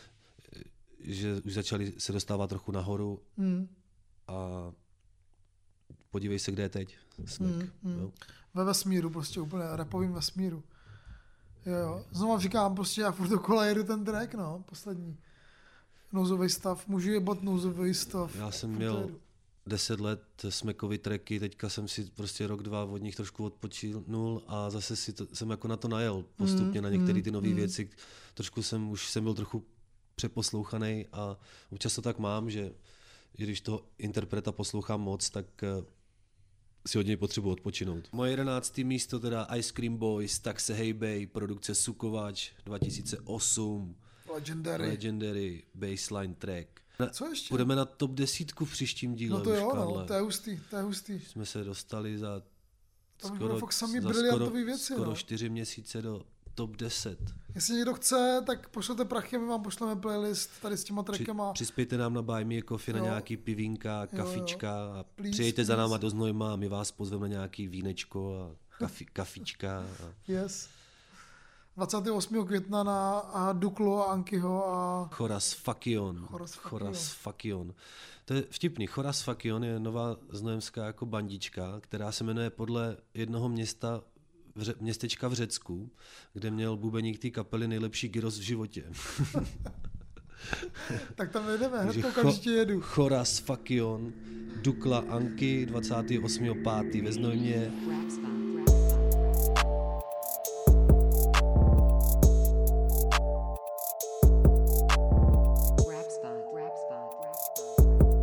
že už začali se dostávat trochu nahoru Hmm. a podívej se, kde je teď Smack. Hmm, hmm. Jo. Ve vesmíru, prostě úplně rapovým vesmíru. Jo, jo. Znovu říkám, prostě já furt dokola jedu ten track, no, poslední. Nouzový stav, můžu jebat nouzový stav. Já jsem Furt měl jedu. deset let Smackovy tracky, teďka jsem si prostě rok, dva od nich trošku odpočinul a zase si to, jsem jako na to najel postupně Mm, na některé mm, ty nové mm. věci. Trošku jsem, už jsem byl trochu přeposlouchaný a občas to tak mám, že když toho interpreta poslouchám moc, tak uh, si od něj potřebuji odpočinout. Moje jedenácté místo teda Ice Cream Boys, Tak se hejbej, produkce Sukovač dva tisíce osm. Legendary. Legendary bassline track. Co ještě? Budeme na top desítku v příštím díle. No to už, jo, Karle. no, to je hustý, to je hustý. Jsme se dostali za Tam už skoro, budou fakt samý za briliantový skoro, věci, skoro no. čtyři měsíce do top deset. Jestli někdo chce, tak pošlete prachy, my vám pošleme playlist tady s těma Při, trackama. přispějte nám na Buy Me a Coffee na Jo. nějaký pivínka, jo. kafička a Please, přijďte za please. náma do Znojma a my vás pozveme na nějaký vínečko a kafi, kafička. A... Yes. dvacátého osmého května na a Duklo a Ankyho a... Choras Fakion. Choras Fakion. Choras Fakion. To je vtipný. Choras Fakion je nová znojemská jako bandička, která se jmenuje podle jednoho města v Ře- městečka v Řecku, kde měl bubeník té kapely nejlepší gyros v životě. Tak tam jedeme, hned Takže to okamžitě jedu. Choras Fakion, Dukla Anky, dvacátého osmého pátého ve Znojmě. Rap spot, rap spot, rap spot.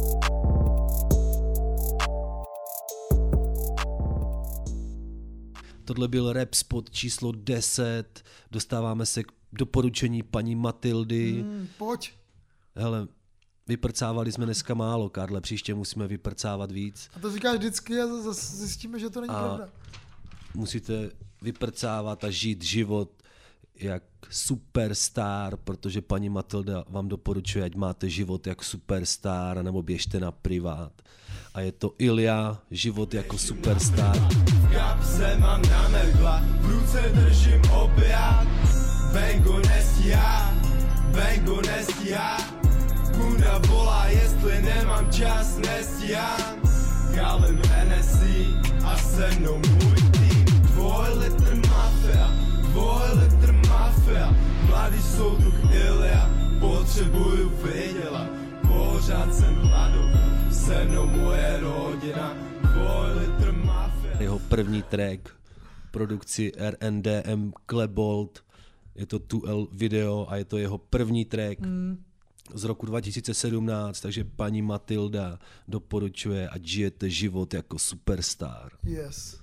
Tohle byl rap spot číslo deset. Dostáváme se k doporučení paní Matildy. Hmm, pojď. Hele, vyprcávali jsme dneska málo, Karle, příště musíme vyprcávat víc. A to říkáš vždycky a zase zjistíme, že to není A pravda. musíte vyprcávat a žít život jak superstar, protože paní Matilda vám doporučuje, ať máte život jak superstar, nebo běžte na privát. A je to Ilja, život jako superstar. V kapse mám na mergla, v ruce držím opiát. Bengo nestíhá, Bengo nestíhá. Kunda volá, jestli nemám čas, nestíhám. Kalem N S C a se mnou můj tým. Dvoj litr mafia, dvoj litr mafia. Mladý soudruh Ilja, potřebuju vydělat. Pořád jsem hladový, se mnou moje rodina. Dvoj litr mafia. Jeho první track, produkci R N D M Klebold, je to two L video a je to jeho první track Mm. z roku dva tisíce sedmnáct, takže paní Matilda doporučuje, ať žijete život jako superstar. Yes.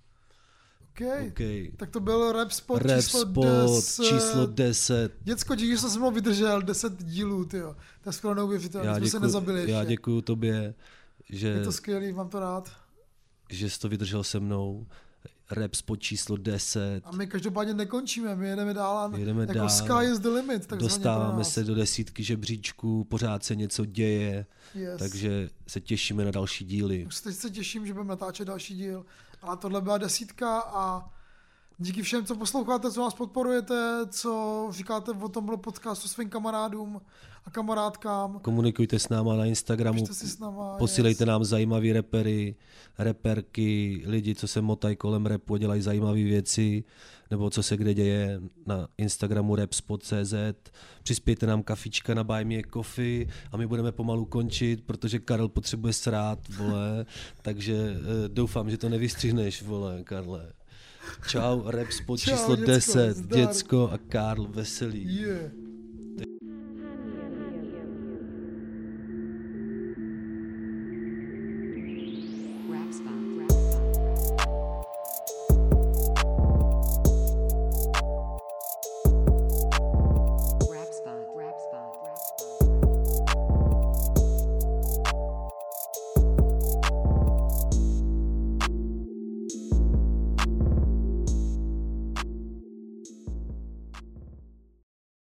Okay. Okay. Tak to byl rap spot Rap číslo spot deset. číslo deset. Děcko, díky, že jsi se mnou vydržel deset dílů, tyjo. To je skoro neuvěřitelné, Já jsme se děkuju, nezabili ještě. já děkuju tobě, že, Je to skvělý, mám to rád. že jsi to vydržel se mnou. Rap spot číslo deset. A my každopádně nekončíme, my jedeme dál a Jedeme jako dál. sky is the limit. takzvaně pro Dostáváme nás. se do desítky žebříčků, pořád se něco děje, Yes. takže se těšíme na další díly. Už teď se těším, že budeme natáčet další díl. Ale tohle byla desítka a díky všem, co posloucháte, co nás podporujete, co říkáte o tomhle podcastu svým kamarádům a kamarádkám. Komunikujte s náma na Instagramu, Pište si s náma, posílejte yes. nám zajímavý repery, reperky, lidi, co se motají kolem rapu a dělají zajímavé věci, nebo co se kde děje na Instagramu rapspot tečka cé zet. Přispějte nám kafička na Buy Me a Coffee a my budeme pomalu končit, protože Karel potřebuje srát, vole, takže eh, doufám, že to nevystřihneš, vole, Karle. Čau, Rapspot Čau, číslo děcko, deset, zdar. děcko a Karl Veselý. Yeah.